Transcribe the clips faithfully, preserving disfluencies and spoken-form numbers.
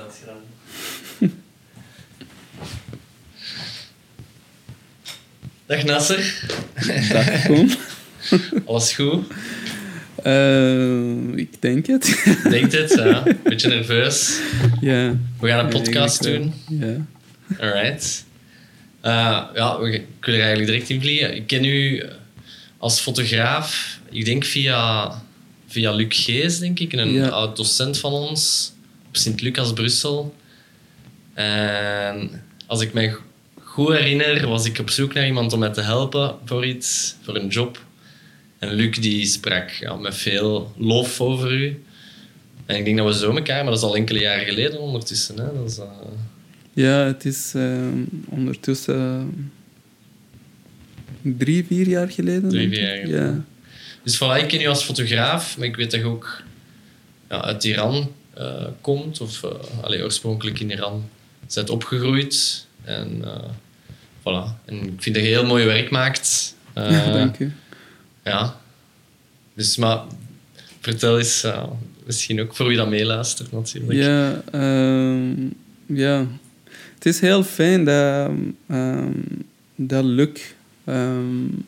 uitgedaan. Dag Nasser. Dag Koen. Alles goed? Uh, ik denk het. Denk het, ja. Beetje nerveus. Ja. We gaan een podcast ja, doen. Ja. Alright. Uh, ja, ik wil er eigenlijk direct in vliegen. Ik ken u als fotograaf, ik denk via, via Luc Gees, denk ik. Een ja. oud docent van ons op Sint-Lucas, Brussel. En als ik me goed herinner, was ik op zoek naar iemand om mij te helpen voor iets, voor een job. En Luc die sprak ja, met veel lof over u. En ik denk dat we zo elkaar, maar dat is al enkele jaren geleden ondertussen. Hè? Dat is, uh... Ja, het is uh, ondertussen uh, drie, vier jaar geleden. Drie, vier jaar geleden. Ja. Dus voilà, ik ken u als fotograaf, maar ik weet dat je ook ja, uit Iran uh, komt. Of uh, allez, oorspronkelijk in Iran bent opgegroeid. En uh, voilà. En ik vind dat je heel mooi werk maakt. Uh, ja, dank u. Ja. Dus, maar vertel eens, uh, misschien ook voor wie dat meeluistert natuurlijk. Ja, uh, ja. Het is heel fijn dat, um, dat Luc um,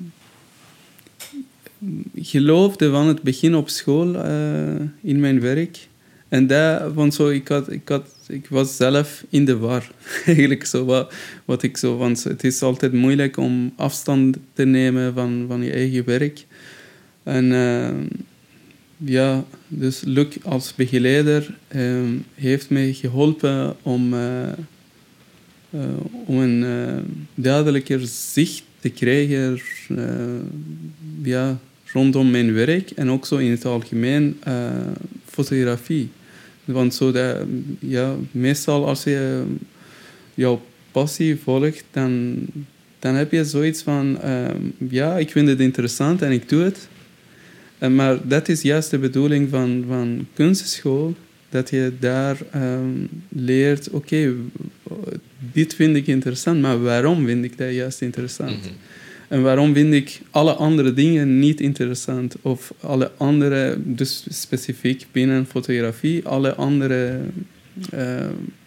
geloofde van het begin op school uh, in mijn werk. En dat, want zo, ik, had, ik, had, ik was zelf in de war. Eigenlijk zo wat, wat ik zo... Want het is altijd moeilijk om afstand te nemen van, van je eigen werk. En uh, ja, dus Luc als begeleider uh, heeft mij geholpen om, uh, uh, om een uh, duidelijker zicht te krijgen uh, ja, rondom mijn werk en ook zo in het algemeen uh, fotografie. Want zo dat, ja, meestal als je jouw passie volgt, dan, dan heb je zoiets van uh, ja, ik vind het interessant en ik doe het. Uh, maar dat is juist de bedoeling van, van kunstschool, dat je daar um, leert, oké, okay, dit vind ik interessant, maar waarom vind ik dat juist interessant? Mm-hmm. En waarom vind ik alle andere dingen niet interessant? Of alle andere, dus specifiek binnen fotografie, alle andere uh,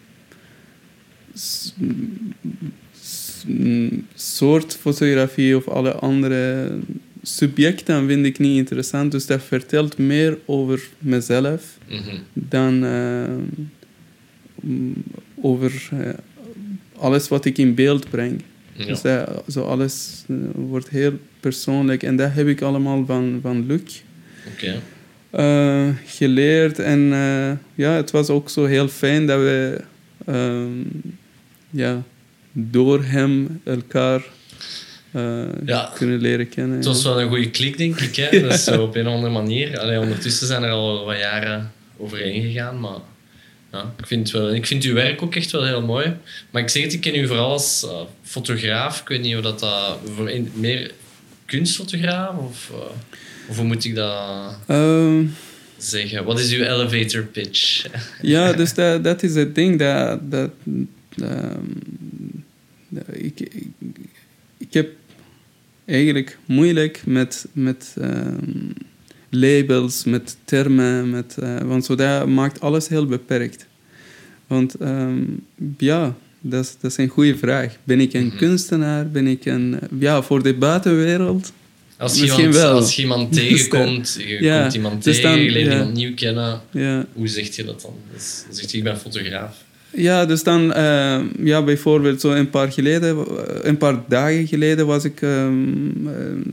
s- s- soort fotografie of alle andere subjecten vind ik niet interessant. Dus dat vertelt meer over mezelf mm-hmm. dan uh, over uh, alles wat ik in beeld breng. Ja. Dus dat, zo alles uh, wordt heel persoonlijk. En dat heb ik allemaal van, van Luc okay. uh, geleerd. En uh, ja, het was ook zo heel fijn dat we um, ja, door hem elkaar uh, ja. kunnen leren kennen. Het was wel een goede klik, denk ik. Hè? Dat is zo op een of andere manier. Allee, ondertussen zijn er al wat jaren overheen gegaan, maar... Ja, ik, vind wel, ik vind uw werk ook echt wel heel mooi. Maar ik zeg het, ik ken u vooral als uh, fotograaf. Ik weet niet of dat, dat voor een, meer kunstfotograaf of, uh, of hoe moet ik dat uh, zeggen? Wat is uw elevator pitch? Ja, dus dat, dat is het ding. Dat, dat, um, dat ik, ik, ik heb eigenlijk moeilijk met... met um, labels, met termen, met, uh, want zo dat maakt alles heel beperkt. Want um, ja, dat is, dat is een goede vraag. Ben ik een mm-hmm. kunstenaar? Ben ik een... Ja, voor de buitenwereld als misschien iemand, wel. Als je iemand tegenkomt, je ja, komt iemand dus tegen, dan, je leert ja. iemand nieuw kennen. Ja. Hoe zeg je dat dan? Dus, dan zegt je, ik ben fotograaf. Ja, dus dan... Uh, ja, bijvoorbeeld zo een paar geleden... Een paar dagen geleden was ik... Um, um,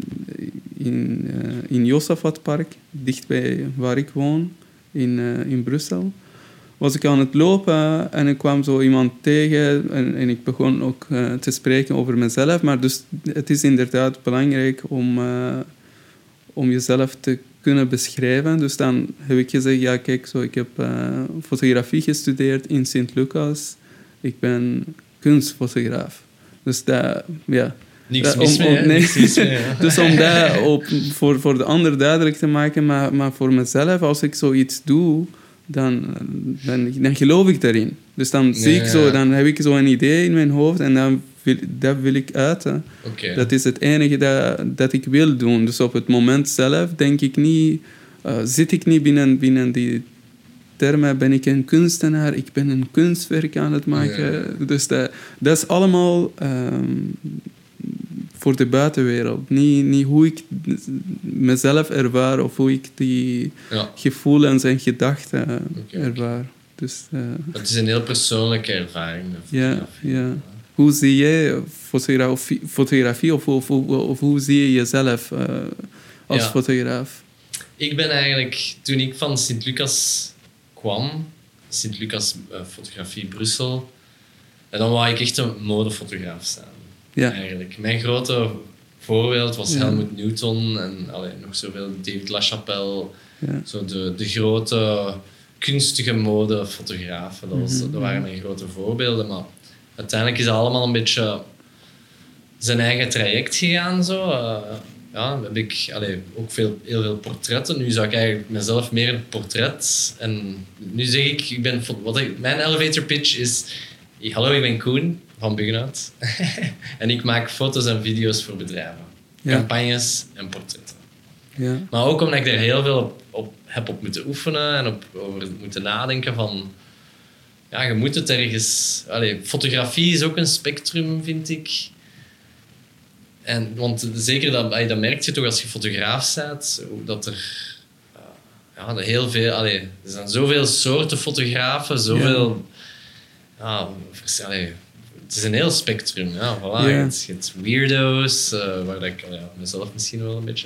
in, uh, in Josafatpark, dichtbij waar ik woon, in, uh, in Brussel, was ik aan het lopen en ik kwam zo iemand tegen en, en ik begon ook uh, te spreken over mezelf. Maar dus het is inderdaad belangrijk om, uh, om jezelf te kunnen beschrijven. Dus dan heb ik gezegd, ja kijk, zo, ik heb uh, fotografie gestudeerd in Sint-Lucas. Ik ben kunstfotograaf. Dus dat, ja... Niks mis mee, om, om, nee. Niks mis mee, ja. Dus om dat op, voor, voor de ander duidelijk te maken, maar, maar voor mezelf, als ik zoiets doe, dan, dan, dan geloof ik daarin. Dus dan zie ja, ik zo, ja. dan heb ik zo een idee in mijn hoofd en dan wil, dat wil ik uiten. Okay. Dat is het enige dat, dat ik wil doen. Dus op het moment zelf denk ik niet, uh, zit ik niet binnen, binnen die termen, ben ik een kunstenaar, ik ben een kunstwerk aan het maken. Ja. Dus dat, dat is allemaal um, voor de buitenwereld. Niet, niet hoe ik mezelf ervaar of hoe ik die ja. gevoelens en gedachten okay, ervaar. Okay. Dus, uh, het is een heel persoonlijke ervaring. Ja, ja. Hoe zie jij fotografie, fotografie of, of, of, of hoe zie je jezelf uh, als ja. fotograaf? Ik ben eigenlijk, toen ik van Sint-Lucas kwam, Sint-Lucas uh, Fotografie Brussel, en dan wou ik echt een modefotograaf zijn. Ja. Eigenlijk. Mijn grote voorbeeld was ja. Helmut Newton en allee, nog zoveel David LaChapelle, ja. zo de, de grote kunstige modefotografen. Dat, was, mm-hmm. dat waren mijn grote voorbeelden, maar uiteindelijk is dat allemaal een beetje zijn eigen traject gegaan. Zo. Uh, ja, heb ik allee, ook veel, heel veel portretten. Nu zou ik eigenlijk mezelf meer een portret. En nu zeg ik, ik ben, wat ik, mijn elevator pitch is... Hallo, ik ben Koen van Buggenhout. En ik maak foto's en video's voor bedrijven. Ja. Campagnes en portretten. Ja. Maar ook omdat ik daar heel veel op, op heb op moeten oefenen en op, over moeten nadenken van... Ja, je moet het ergens... Allee, fotografie is ook een spectrum, vind ik. En, want zeker, dat, dat merk je toch als je fotograaf bent, dat er... Uh, ja, heel veel... Allee, er zijn zoveel soorten fotografen, zoveel... Ja, ja allee, het is een heel spectrum. Ja, voilà. Yeah. Je hebt, je hebt weirdo's, uh, waar ik ja, mezelf misschien wel een beetje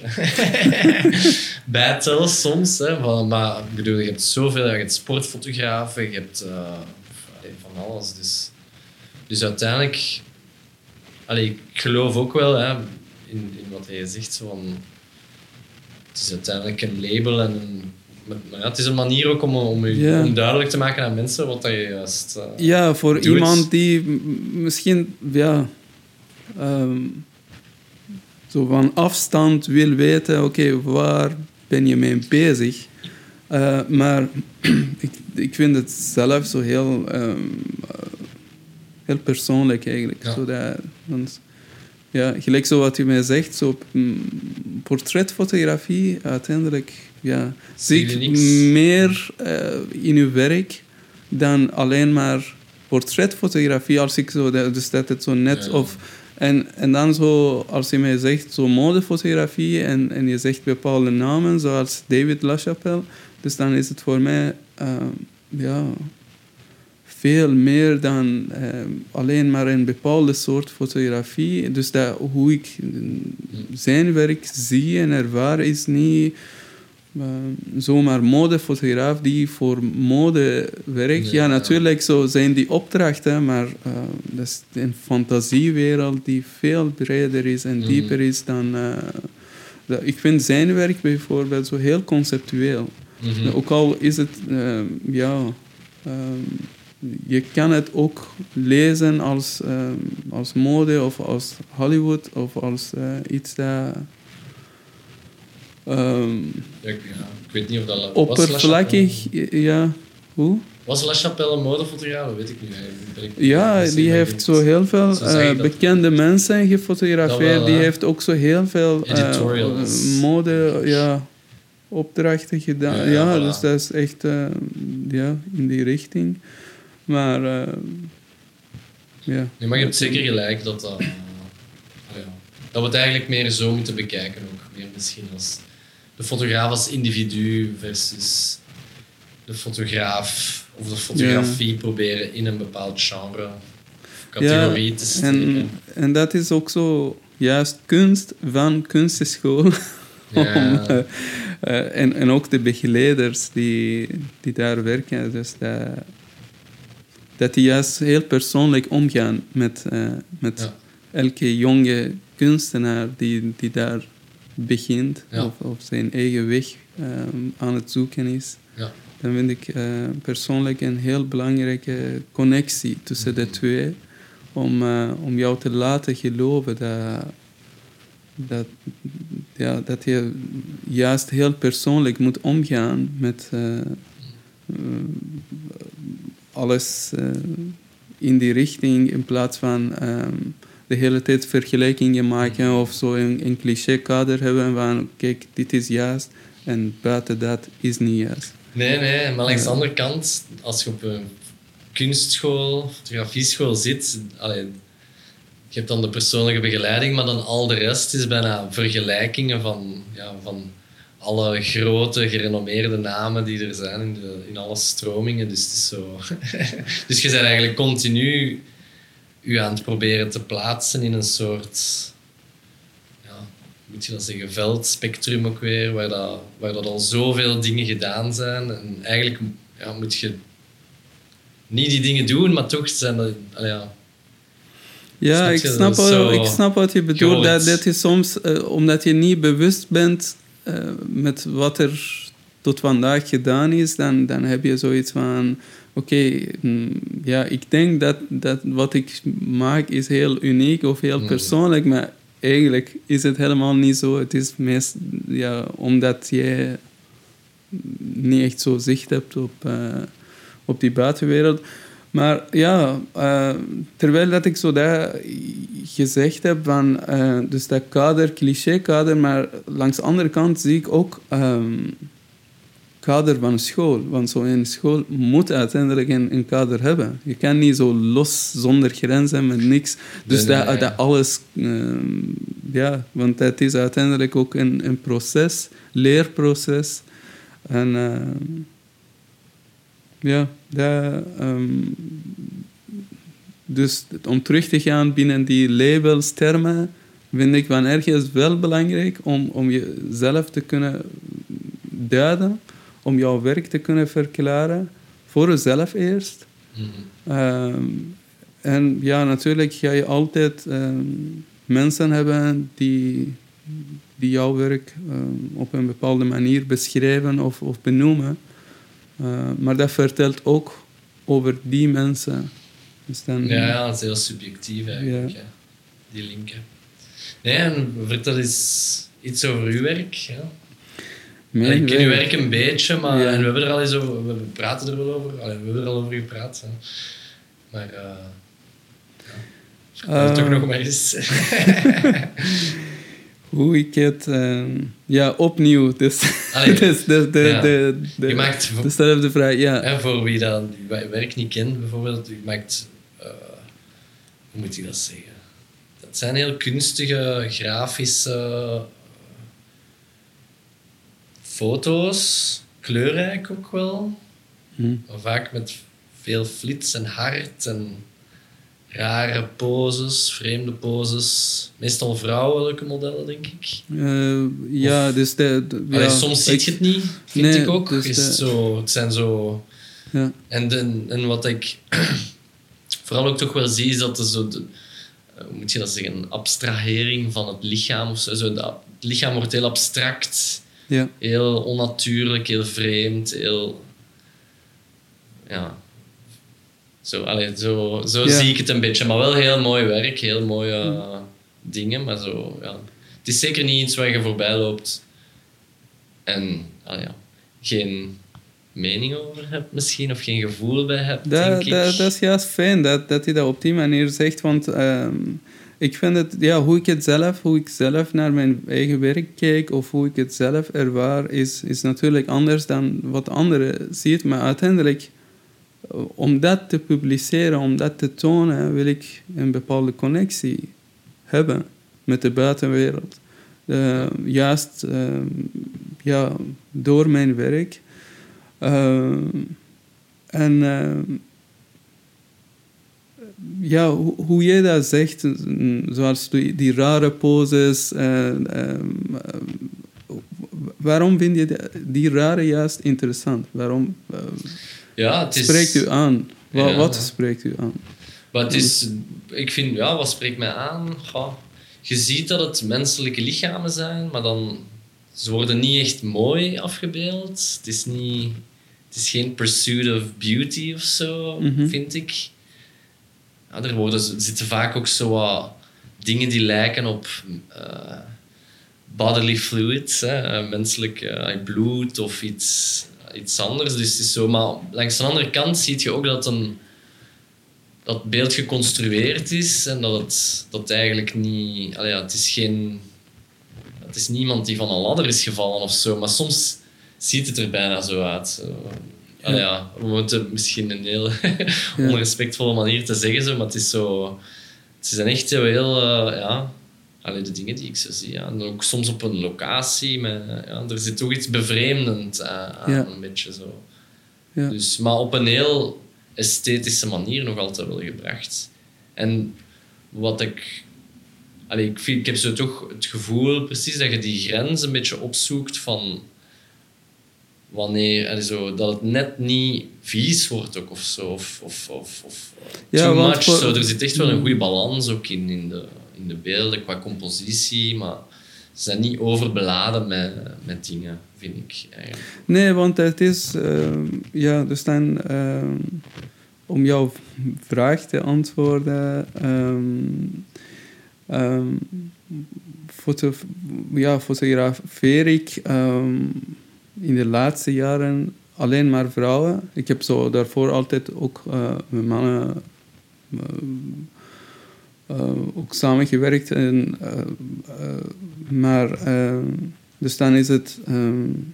bijtel soms. Hè, van, maar ik bedoel, je hebt zoveel. Je hebt sportfotografen, je hebt uh, van alles. Dus, dus uiteindelijk... Allee, ik geloof ook wel hè, in, in wat hij zegt. Zo van, het is uiteindelijk een label en een... Maar ja, het is een manier ook om, om, u, ja. om duidelijk te maken aan mensen wat dat je juist uh, Ja, voor doet. Iemand die m- misschien ja, um, zo van afstand wil weten, oké, okay, waar ben je mee bezig? Uh, maar ik, ik vind het zelf zo heel, um, uh, heel persoonlijk eigenlijk. Ja. Zo dat, want, ja, gelijk zo wat u mij zegt, zo mm, portretfotografie, uiteindelijk... Ja, zie ik meer uh, in uw werk dan alleen maar portretfotografie. Als ik zo, dus dat het zo net ja. of... En, en dan zo, als je mij zegt, zo modefotografie en, en je zegt bepaalde namen, zoals David LaChapelle, dus dan is het voor mij uh, ja, veel meer dan uh, alleen maar een bepaalde soort fotografie. Dus dat, hoe ik zijn werk zie en ervaar is niet... Uh, zomaar modefotograaf die voor mode werkt. Ja, ja natuurlijk zo zijn die opdrachten, maar uh, dat is een fantasiewereld die veel breder is en mm. dieper is dan... Uh, dat, ik vind zijn werk bijvoorbeeld zo heel conceptueel. Mm-hmm. Ook al is het... Uh, ja... Um, je kan het ook lezen als, um, als mode of als Hollywood of als uh, iets dat... Um, ja, ik weet niet of dat... Oppervlakkig, ja. Hoe? Was LaChapelle een modefotograaf? Dat weet ik niet. Ik ja, die heeft zo heel veel uh, bekende mensen gefotografeerd. Wel, die uh, heeft ook zo heel veel uh, mode... Ja, opdrachten gedaan. Ja, ja, ja voilà. Dus dat is echt uh, ja, in die richting. Maar... Uh, ja. Nee, maar je hebt zeker gelijk dat dat... Uh, ja, dat we het eigenlijk meer zo moeten bekijken ook. Meer misschien als... De fotograaf als individu versus de fotograaf of de fotografie ja. proberen in een bepaald genre of categorie ja, te steken. En, en dat is ook zo juist kunst van kunstenschool. Ja. Om, uh, uh, en, en ook de begeleiders die, die daar werken. Dus dat, dat die juist heel persoonlijk omgaan met, uh, met ja. elke jonge kunstenaar die, die daar begint ja. of, of zijn eigen weg um, aan het zoeken is, ja. dan vind ik uh, persoonlijk een heel belangrijke connectie tussen mm-hmm. de twee om, uh, om jou te laten geloven dat, dat, ja, dat je juist heel persoonlijk moet omgaan met uh, uh, alles uh, in die richting in plaats van um, de hele tijd vergelijkingen maken of zo een, een cliché-kader hebben van kijk, dit is juist, En buiten dat is niet juist. Nee, nee, maar langs de andere kant, als je op een kunstschool, fotografieschool zit, allee, je hebt dan de persoonlijke begeleiding, maar dan al de rest is bijna vergelijkingen van, ja, van alle grote, gerenommeerde namen die er zijn in, de, in alle stromingen. Dus, het is zo dus je bent eigenlijk continu je aan het proberen te plaatsen in een soort, ja, moet je dat zeggen, veldspectrum ook weer, waar, dat, waar dat al zoveel dingen gedaan zijn. En eigenlijk ja, moet je niet die dingen doen, maar toch zijn dat... Allee, ja, Ja, ik snap, wel, ik snap wat je bedoelt. Dat, dat je soms, uh, omdat je niet bewust bent uh, met wat er tot vandaag gedaan is, dan, dan heb je zoiets van... Oké, okay, mm, ja, ik denk dat, dat wat ik maak is heel uniek of heel nee. persoonlijk, maar eigenlijk is het helemaal niet zo. Het is meest ja, omdat je niet echt zo zicht hebt op, uh, op die buitenwereld. Maar ja, uh, terwijl dat ik zo dat gezegd heb van uh, dus dat kader, cliché-kader, maar langs de andere kant zie ik ook um, kader van school. Want zo'n school moet uiteindelijk een, een kader hebben. Je kan niet zo los, zonder grenzen, met niks. Dus nee, dat, nee, dat alles... Uh, ja, want het is uiteindelijk ook een, een proces, leerproces. En... Uh, Ja, dat, um, dus om terug te gaan binnen die labels, termen, vind ik van ergens wel belangrijk om, om jezelf te kunnen duiden, om jouw werk te kunnen verklaren, voor jezelf eerst. Mm-hmm. Um, en ja, natuurlijk ga je altijd um, mensen hebben die, die jouw werk um, op een bepaalde manier beschrijven of, of benoemen. Uh, maar dat vertelt ook over die mensen. Dus dan, ja, ja, dat is heel subjectief eigenlijk, ja. Ja, die linken. Nee, en vertel eens iets over uw werk. Ja. Mijn ik ken uw werk een beetje, maar ja. En we hebben er al eens over, we praten er wel over. Allee, we hebben er al over gepraat. Hè. Maar uh, ja. Uh, toch nog maar eens. Hoe ik het... Uh, ja, opnieuw. Dus, dus de, de, ja. de, de, je maakt... dezelfde vraag, ja. En voor wie dat je werk niet kent, bijvoorbeeld, je maakt... Uh, hoe moet ik dat zeggen? Dat zijn heel kunstige, grafische... Uh, foto's. Kleurrijk ook wel. Hmm. Vaak met veel flits en hart en... rare poses, vreemde poses. Meestal vrouwelijke modellen, denk ik. Uh, ja, of, dus... De, de, allee, ja, soms zie je het niet, vind nee, ik ook. Dus is de, zo, het zijn zo... Ja. En, de, en wat ik vooral ook toch wel zie, is dat er zo... De, hoe moet je dat zeggen? Een abstrahering van het lichaam. Of zo. Zo de, het lichaam wordt heel abstract. Ja. Heel onnatuurlijk, heel vreemd, heel... Ja... Zo, allee, zo, zo ja. zie ik het een beetje. Maar wel heel mooi werk, heel mooie uh, dingen. Maar zo, ja. Het is zeker niet iets waar je voorbij loopt en allee, ja, geen mening over hebt misschien, of geen gevoel bij hebt, dat, denk ik. Dat, dat is juist fijn dat, dat je dat op die manier zegt. Want uh, ik vind het, ja, hoe ik het zelf, hoe ik zelf naar mijn eigen werk kijk, of hoe ik het zelf ervaar, is, is natuurlijk anders dan wat anderen zien. Maar uiteindelijk... om dat te publiceren, om dat te tonen, wil ik een bepaalde connectie hebben met de buitenwereld. Uh, juist uh, ja, door mijn werk. Uh, en uh, ja, hoe, hoe jij dat zegt, zoals die, die rare poses, uh, uh, waarom vind je die, die rare juist interessant? Waarom... Uh, Ja, het is... Spreekt u aan? Wat, ja. wat spreekt u aan? Maar het is, ik vind, ja, wat spreekt mij aan? Goh, je ziet dat het menselijke lichamen zijn, maar dan... Ze worden niet echt mooi afgebeeld. Het is, niet, het is geen pursuit of beauty of zo, mm-hmm. vind ik. Ja, er, worden, er zitten vaak ook zo wat dingen die lijken op... Uh, bodily fluids, hè, menselijk uh, bloed of iets... iets anders. Dus het is zo, maar langs de andere kant zie je ook dat een dat beeld geconstrueerd is en dat het dat eigenlijk niet... Allee, ja, het is geen... Het het is niemand die van een ladder is gevallen of zo, maar soms ziet het er bijna zo uit. Zo. Allee, ja, we moeten misschien een heel onrespectvolle manier te zeggen, zo, maar het is zo... Het zijn echt zo heel... Uh, ja, allee, de dingen die ik zo zie. Ja. En ook soms op een locatie. Met, ja, er zit toch iets bevreemdend uh, aan, ja. een beetje zo. Ja. Dus, maar op een heel esthetische manier nog altijd wel gebracht. En wat ik... Allee, ik, vind, ik heb zo toch het gevoel precies dat je die grens een beetje opzoekt van... Wanneer, zo, dat het net niet vies wordt ook of zo. Of, of, of, of ja, too much. Voor... Zo, er zit echt wel een goede balans ook in, in, de, in de beelden qua compositie. Maar ze zijn niet overbeladen met, met dingen, vind ik. Eigenlijk. Nee, want het is... Uh, ja, dus dan... Uh, om jouw vraag te antwoorden... Um, um, foto, ja, fotografeer ik... Um, in de laatste jaren alleen maar vrouwen. Ik heb zo daarvoor altijd ook uh, met mannen uh, uh, ook samengewerkt. En, uh, uh, maar uh, dus dan is het um,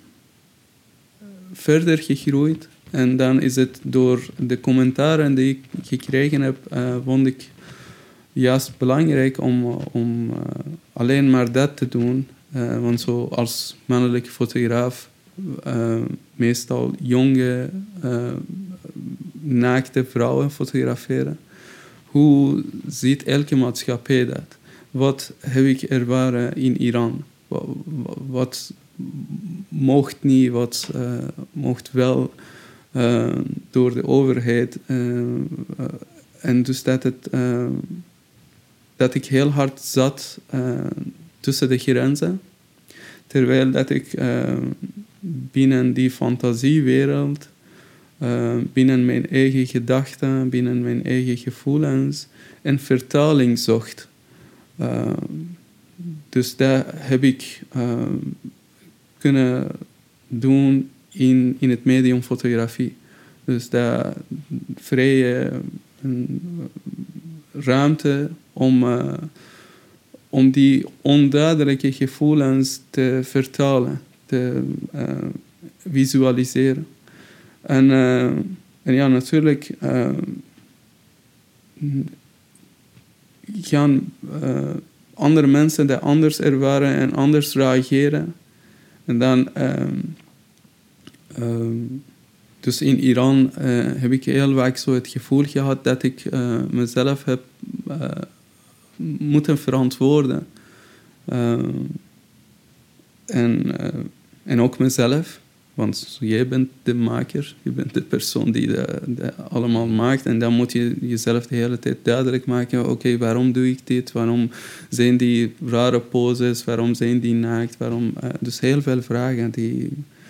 verder gegroeid. En dan is het door de commentaren die ik gekregen heb, uh, vond ik juist belangrijk om, om uh, alleen maar dat te doen. Uh, want zo als mannelijke fotograaf Uh, meestal jonge, uh, naakte vrouwen fotograferen. Hoe ziet elke maatschappij dat? Wat heb ik ervaren in Iran? Wat, wat mocht niet, wat uh, mocht wel uh, door de overheid. Uh, uh, en dus dat, het, uh, dat ik heel hard zat uh, tussen de grenzen. Terwijl dat ik... Uh, binnen die fantasiewereld, uh, binnen mijn eigen gedachten, binnen mijn eigen gevoelens, een vertaling zocht. Uh, dus dat heb ik uh, kunnen doen in, in het medium fotografie. Dus dat vrije uh, ruimte om, uh, om die onduidelijke gevoelens te vertalen. Te uh, visualiseren. En, uh, en ja, natuurlijk uh, gaan uh, andere mensen dat anders ervaren en anders reageren. En dan... Uh, uh, dus in Iran uh, heb ik heel vaak zo het gevoel gehad dat ik uh, mezelf heb uh, moeten verantwoorden. Uh, en... Uh, En ook mezelf, want jij bent de maker, je bent de persoon die dat allemaal maakt. En dan moet je jezelf de hele tijd duidelijk maken, oké, okay, waarom doe ik dit? Waarom zijn die rare poses? Waarom zijn die naakt? Waarom? Uh, dus heel veel vragen die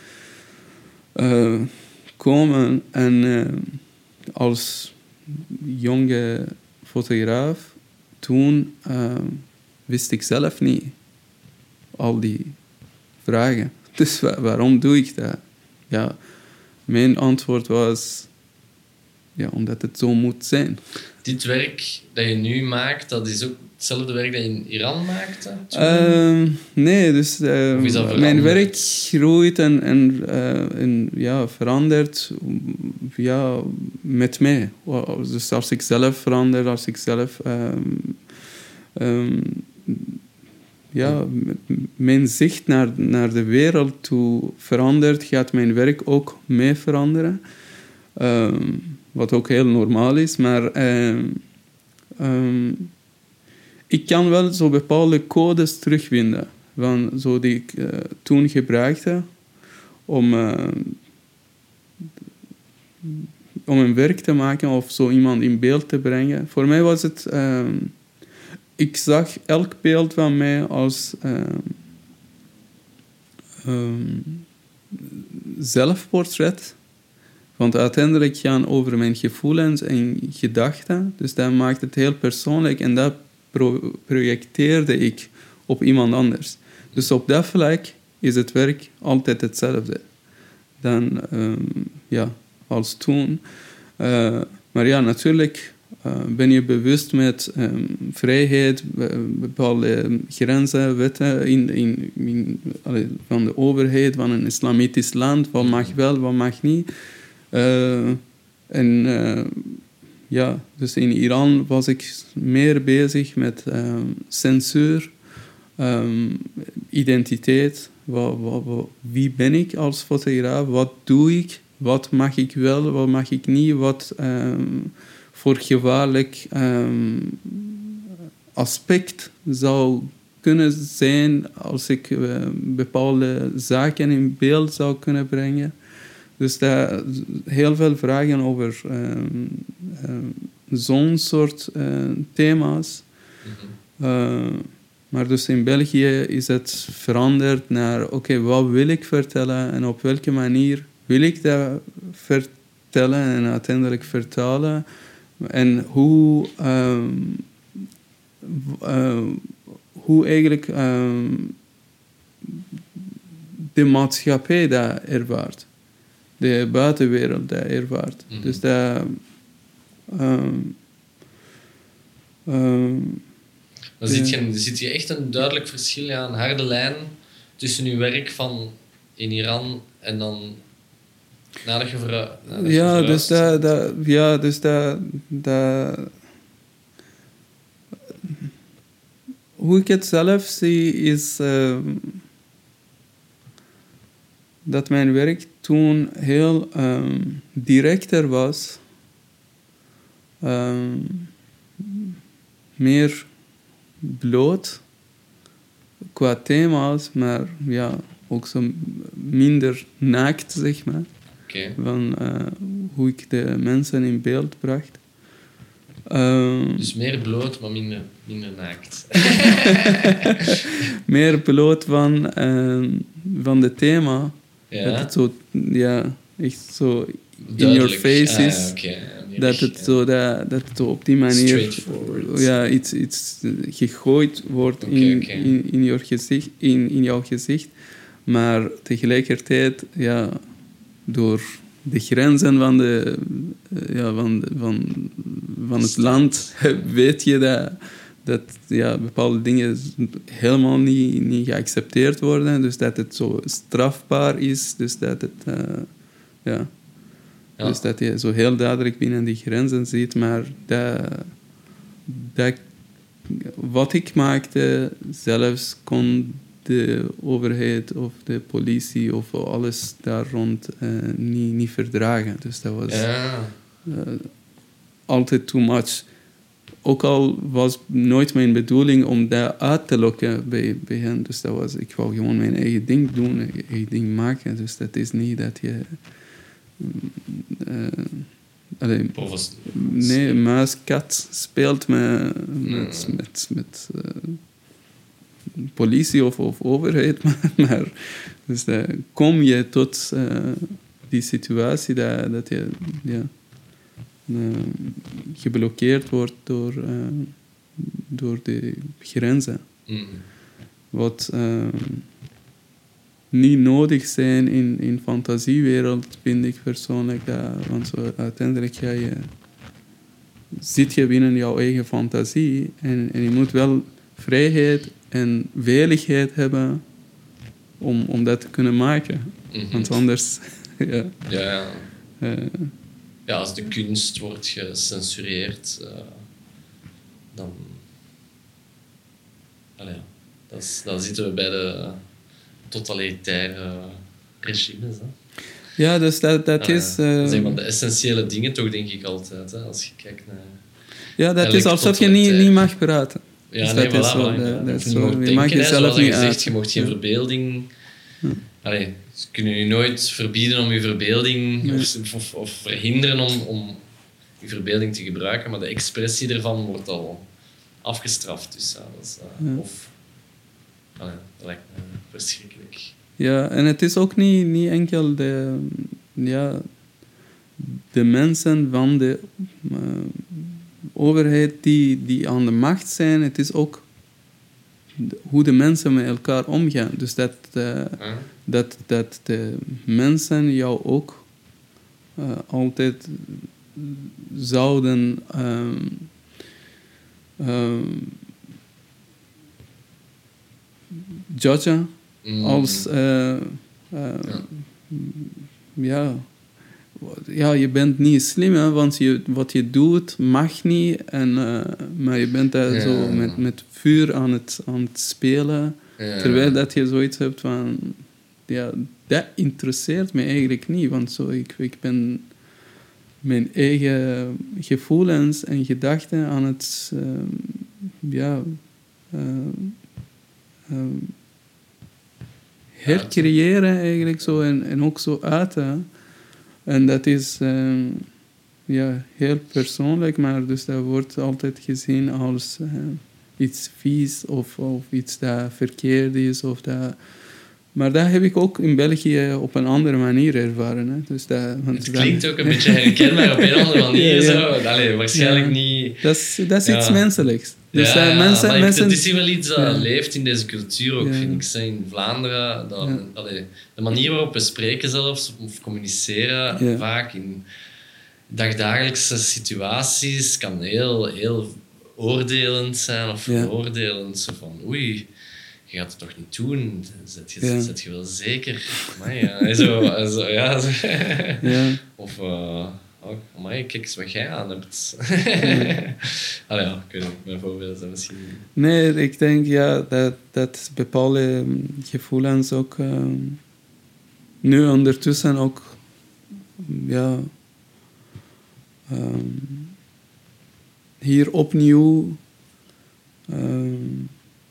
uh, komen. En uh, als jonge fotograaf, toen uh, wist ik zelf niet al die vragen. Dus waarom doe ik dat? Ja, mijn antwoord was... Ja, omdat het zo moet zijn. Dit werk dat je nu maakt, dat is ook hetzelfde werk dat je in Iran maakte? Uh, nee, dus uh, mijn werk groeit en, en, uh, en ja, verandert ja, met mij. Dus als ik zelf verander, als ik zelf... Um, um, Ja, mijn zicht naar, naar de wereld toe verandert, gaat mijn werk ook mee veranderen. Um, wat ook heel normaal is, maar um, um, ik kan wel zo bepaalde codes terugvinden van zo die ik uh, toen gebruikte om, uh, om een werk te maken of zo iemand in beeld te brengen. Voor mij was het... Um, Ik zag elk beeld van mij als um, um, zelfportret. Want uiteindelijk gaan over mijn gevoelens en gedachten. Dus dat maakt het heel persoonlijk. En dat pro- projecteerde ik op iemand anders. Dus op dat vlak is het werk altijd hetzelfde. Dan, um, ja, als toen. Uh, maar ja, natuurlijk... uh, ben je bewust met um, vrijheid, bepaalde grenzen, wetten in, in, in, allee, van de overheid, van een islamitisch land, wat mag wel, wat mag niet. Uh, en uh, ja, dus in Iran was ik meer bezig met um, censuur, um, identiteit. Wat, wat, wat, wie ben ik als fotograaf? Wat doe ik? Wat mag ik wel? Wat mag ik niet? Wat um, voor gevaarlijk um, aspect zou kunnen zijn als ik uh, bepaalde zaken in beeld zou kunnen brengen. Dus daar heel veel vragen over um, um, zo'n soort uh, thema's. Mm-hmm. Uh, maar dus in België is het veranderd naar, oké, okay, wat wil ik vertellen en op welke manier wil ik dat vertellen en uiteindelijk vertalen. En hoe, um, uh, hoe eigenlijk um, de maatschappij dat ervaart. De buitenwereld dat ervaart. Mm-hmm. Dus dat... Um, um, Dan zit je, zit je echt een duidelijk verschil, ja, een harde lijn tussen je werk van in Iran en dan nadat je vooruit... Ja, dus dat, dat, ja, dus dat, dat... Hoe ik het zelf zie is... Uh, dat mijn werk toen heel um, directer was. Um, meer bloot qua thema's, maar ja, ook zo minder naakt, zeg maar. Okay. Van uh, hoe ik de mensen in beeld bracht. Um, dus meer bloot, maar minder, minder naakt. meer bloot van, uh, van het thema. Ja. Dat het zo, ja, echt zo in your face is. Ah, okay. Dat het ja. zo, dat, dat het zo op die manier ja, iets, iets gegooid wordt okay, in, okay. in, in, your gezicht, in, in jouw gezicht. Maar tegelijkertijd, ja, door de grenzen van, de, ja, van, de, van, van het land weet je dat, dat ja, bepaalde dingen helemaal niet, niet geaccepteerd worden. Dus dat het zo strafbaar is. Dus dat het... Uh, ja... Ja. Dus dat je zo heel duidelijk binnen die grenzen zit, maar dat, dat, wat ik maakte, zelfs kon de overheid of de politie of alles daar rond uh, niet, niet verdragen. Dus dat was ja. uh, altijd too much. Ook al was nooit mijn bedoeling om dat uit te lokken bij, bij hen. Dus dat was, ik wou gewoon mijn eigen ding doen, mijn eigen ding maken. Dus dat is niet dat je... Uh, allee, nee, muis, kat speelt met, met, nee. met, met uh, politie of, of overheid, maar, maar dus uh, kom je tot uh, die situatie dat, dat je ja, uh, geblokkeerd wordt door, uh, door de grenzen. Mm. Wat... Uh, niet nodig zijn in in fantasiewereld, vind ik persoonlijk. Dat, want zo, uiteindelijk ga je, zit je binnen jouw eigen fantasie. En, en je moet wel vrijheid en veiligheid hebben om, om dat te kunnen maken. Mm-hmm. Want anders... ja, ja, ja. Uh, ja, als de kunst wordt gecensureerd, uh, dan... Allee, dat is, dan zitten we bij de... totalitaire regimes. Hè. Ja, dus dat, dat uh, is... Uh, dat is een van de essentiële dingen toch, denk ik altijd. Hè, als je kijkt naar... Ja, dat is alsof je niet, niet mag praten. Ja, dus nee, dat voilà, is zo, voilà, dat, dat is je, zo. je je mag denken, jezelf niet gezegd, uit. Je mocht geen ja. verbeelding... Ja. Allee, ze kunnen je nooit verbieden om je verbeelding... Ja. Of, of, of verhinderen om, om je verbeelding te gebruiken, maar de expressie ervan wordt al afgestraft. Dus, ja, dat is, uh, ja. Of... Allee, dat lijkt me verschrikkelijk. Ja, en het is ook niet, niet enkel de, ja, de mensen van de uh, overheid die, die aan de macht zijn. Het is ook de, hoe de mensen met elkaar omgaan. Dus dat, uh, huh? dat, dat de mensen jou ook uh, altijd zouden um, um, judgen Mm. als uh, uh, Ja. ja, ja, je bent niet slim, hè, want je, wat je doet mag niet, en, uh, maar je bent daar Ja. zo met, met vuur aan het, aan het spelen, Ja. terwijl dat je zoiets hebt van, ja, dat interesseert me eigenlijk niet, want zo, ik, ik ben mijn eigen gevoelens en gedachten aan het, uh, ja, uh, uh, hercreëren eigenlijk zo, en, en ook zo uiten. En dat is uh, ja, heel persoonlijk, maar dus dat wordt altijd gezien als uh, iets vies of, of iets dat verkeerd is. Of dat... Maar dat heb ik ook in België op een andere manier ervaren. Hè. Dus dat, want het klinkt ook een beetje herkenbaar op een andere manier. Ja, ja. Zo. Allee, waarschijnlijk Ja. niet... Dat is, dat is Ja. iets menselijks. Dus ja, uh, mensen, maar mensen... het is hier wel iets dat Ja. leeft in deze cultuur ook, Ja. vind ik. Zo, in Vlaanderen, dat, Ja. allee, de manier waarop we spreken zelfs, of communiceren, Ja. vaak in dagdagelijkse situaties, kan heel, heel oordelend zijn of Ja. veroordelend. Zo van, oei, je gaat het toch niet doen? Zet je, Ja. zet je wel zeker? Amai, ja. Zo, zo, ja, zo. Ja. Of... Uh, oh, amai, kijk eens wat jij aan hebt. Allee, ja, ik weet niet, mijn voorbeelden zijn misschien... Nee, ik denk ja, dat, dat bepaalde um, gevoelens ook um, nu ondertussen ook ja, um, hier opnieuw um,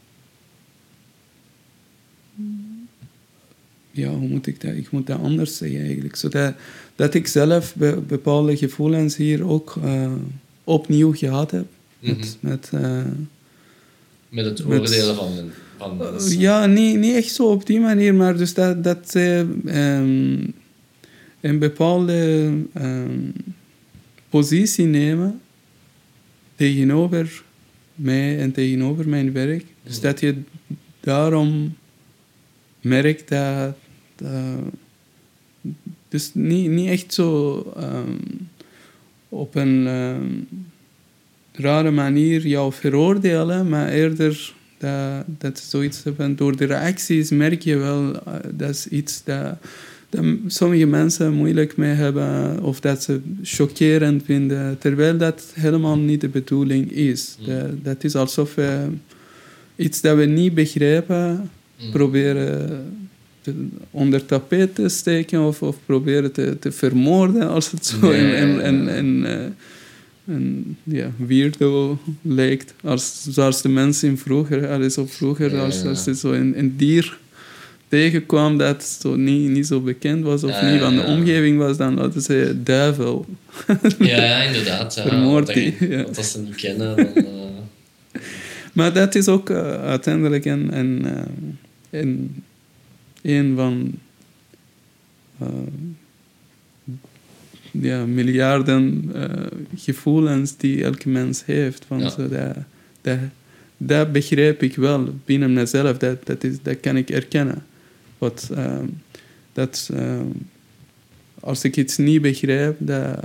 ja, hoe moet ik dat? Ik moet dat anders zeggen eigenlijk. Zodat dat ik zelf be, bepaalde gevoelens hier ook uh, opnieuw gehad heb. Met, Mhm. met, uh, Met het Met- oordelen van, van Uh, mensen. ja, niet, niet echt zo op die manier, maar dus dat, dat zij um, een bepaalde um, positie nemen tegenover mij en tegenover mijn werk. Dus Mhm. dat je daarom merkt dat... dat dus niet, niet echt zo um, op een um, rare manier jou veroordelen, maar eerder dat, dat ze zoiets hebben. Door de reacties merk je wel, uh, dat is iets dat, dat sommige mensen moeilijk mee hebben of dat ze chockerend vinden, terwijl dat helemaal niet de bedoeling is. Mm. Dat, dat is alsof we iets dat we niet begrijpen Mm. proberen te, onder tapijt te steken of, of proberen te, te vermoorden als het zo Nee. en, en, en, uh, en ja, weirdo lijkt. Als, zoals de mensen in vroeger, alles op vroeger, Ja. als, als je zo een, een dier tegenkwam dat zo niet, niet zo bekend was of Ja, niet van de ja. omgeving was, dan hadden ze duivel. Ja, ja, inderdaad. Ja. Vermoord Want dat- die, ja. Want als ze niet kennen, dan... Uh... Maar dat is ook uh, uiteindelijk een, een, uh, een, een van uh, ja, miljarden uh, gevoelens die elke mens heeft. Van Ja. zo dat, dat, dat begrijp ik wel binnen mezelf. Dat, dat, is, dat kan ik erkennen. Wat, uh, dat, uh, als ik iets niet begrijp, dat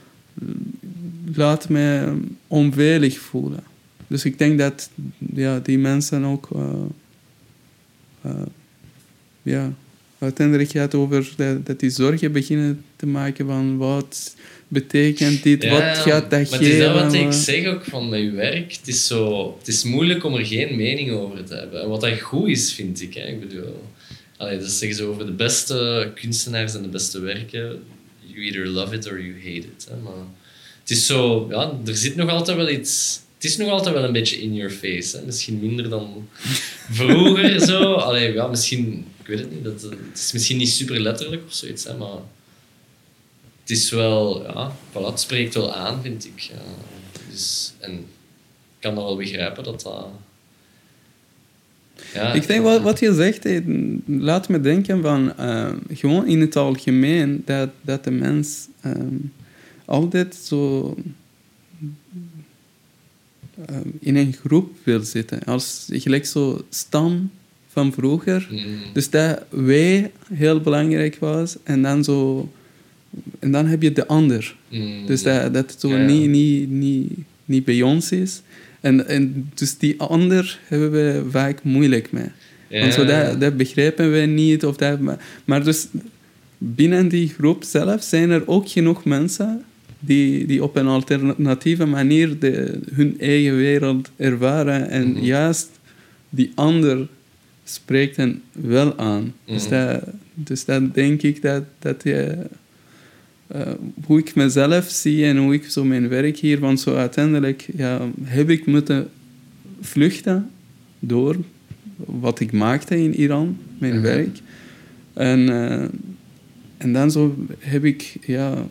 laat me onveilig voelen. Dus ik denk dat ja, die mensen ook... Uh, uh, ja, uiteindelijk gaat het over dat, dat die zorgen beginnen te maken van wat betekent dit, Ja, wat gaat dat maar geven. het is dat wat ik wat- zeg ook van met je werk. Het is, zo, het is moeilijk om er geen mening over te hebben. En wat dat goed is, vind ik. Hè. Ik bedoel, allee, dat zeggen ze over de beste kunstenaars en de beste werken. You either love it or you hate it. Hè. Maar het is zo, ja, er zit nog altijd wel iets... Het is nog altijd wel een beetje in your face. Hè. Misschien minder dan vroeger. Zo. Allee, ja, misschien... Ik weet het niet. Dat, het is misschien niet super letterlijk of zoiets. Hè, maar het is wel... Ja, voilà, het spreekt wel aan, vind ik. Ja. Dus, en ik kan dat wel begrijpen dat dat... Ja, Ik denk wat, wat je zegt, eh, laat me denken van uh, gewoon in het algemeen dat, dat de mens um, altijd zo um, in een groep wil zitten. Als gelijk zo stam van vroeger. Mm, Dus dat wij heel belangrijk was en dan zo en dan heb je de ander. Mm. Dus dat, dat het zo Ja, ja. Niet, niet, niet, niet bij ons is. En, en dus die ander hebben we vaak moeilijk mee. Ja. Want zo dat, dat begrijpen we niet. Of dat, maar, maar dus binnen die groep zelf zijn er ook genoeg mensen die, die op een alternatieve manier de, hun eigen wereld ervaren. En Mm-hmm. juist die ander spreekt hen wel aan. Mm-hmm. Dus, dat, dus dat denk ik dat, dat je... Uh, hoe ik mezelf zie en hoe ik zo mijn werk hier... Want zo uiteindelijk ja, heb ik moeten vluchten door wat ik maakte in Iran, mijn Mm-hmm. werk. En, uh, en dan zo heb ik ja,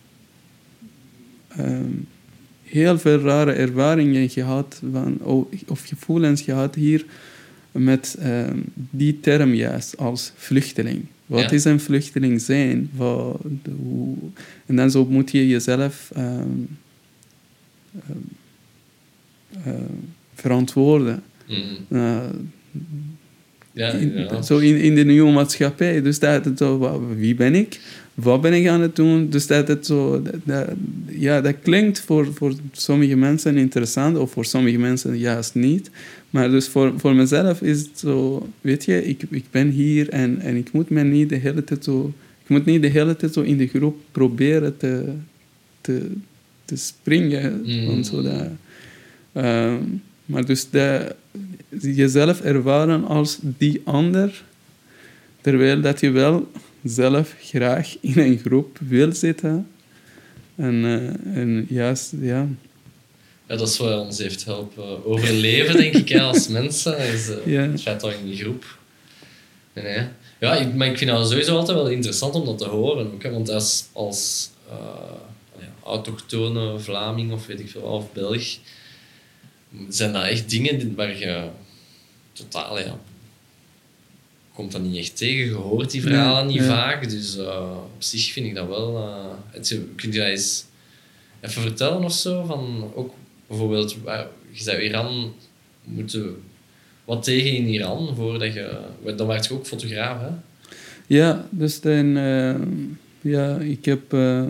um, heel veel rare ervaringen gehad, van, of gevoelens gehad hier met um, die term juist als vluchteling. Wat Ja. is een vluchteling zijn? Wat, hoe, en dan zo moet je jezelf um, um, uh, verantwoorden. Mm-hmm. Uh, Ja, in, ja. Zo in, in de nieuwe maatschappij. Dus dat het zo, wie ben ik? Wat ben ik aan het doen? Dus dat het zo... Dat, dat, ja, dat klinkt voor, voor sommige mensen interessant, of voor sommige mensen juist niet. Maar dus voor, voor mezelf is het zo... Weet je, ik, ik ben hier en, en ik moet me niet de hele tijd zo... Ik moet niet de hele tijd zo in de groep proberen te, te, te springen. Mm. Want zo dat, um, maar dus dat... jezelf ervaren als die ander, terwijl dat je wel zelf graag in een groep wil zitten. En, uh, en juist, ja... Ja, dat is wat ons heeft helpen overleven, denk ik, hè, als mensen. Is, uh, Ja. Het feit dat je in die groep... Nee, nee. Ja, ik, maar ik vind dat sowieso altijd wel interessant om dat te horen. Ook, hè, want als, als uh, ja, autochtone Vlaming of weet ik veel, of Belg, zijn dat echt dingen waar je totaal... Ja, komt dat niet echt tegen. Je hoort die verhalen Ja, niet ja. vaak. Dus uh, op zich vind ik dat wel... Uh, het, kun je dat eens even vertellen of zo? Van, ook bijvoorbeeld, waar, je zei Iran, moeten wat tegen in Iran voordat je... Dan werd je ook fotograaf, hè? Ja, dus dan... Uh, ja, ik heb... Uh,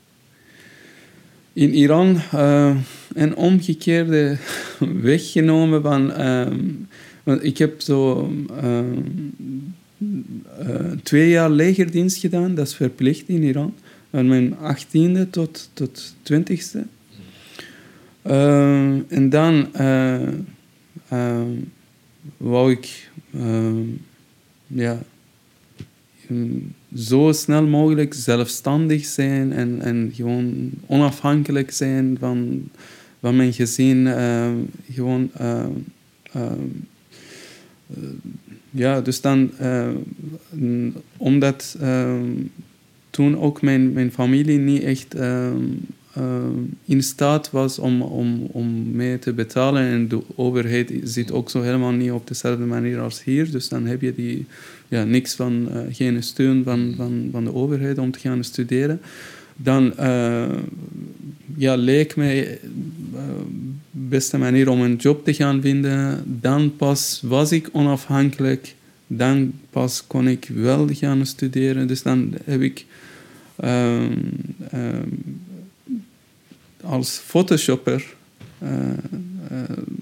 in Iran uh, een omgekeerde weg genomen van... Um, want ik heb zo... Um, uh, twee jaar legerdienst gedaan, dat is verplicht in Iran. Van mijn achttiende tot, tot twintigste. Uh, en dan uh, uh, wou ik uh, ja, zo snel mogelijk zelfstandig zijn en, en gewoon onafhankelijk zijn van, van mijn gezin. Uh, gewoon, uh, uh, uh, ja, dus dan, uh, omdat uh, toen ook mijn, mijn familie niet echt uh, uh, in staat was om, om, om mee te betalen. En de overheid zit ook zo helemaal niet op dezelfde manier als hier. Dus dan heb je die, ja, niks van, uh, geen steun van, van, van de overheid om te gaan studeren. Dan uh, ja, leek mij de uh, beste manier om een job te gaan vinden. Dan pas was ik onafhankelijk. Dan pas kon ik wel gaan studeren. Dus dan heb ik um, um, als photoshopper uh, uh,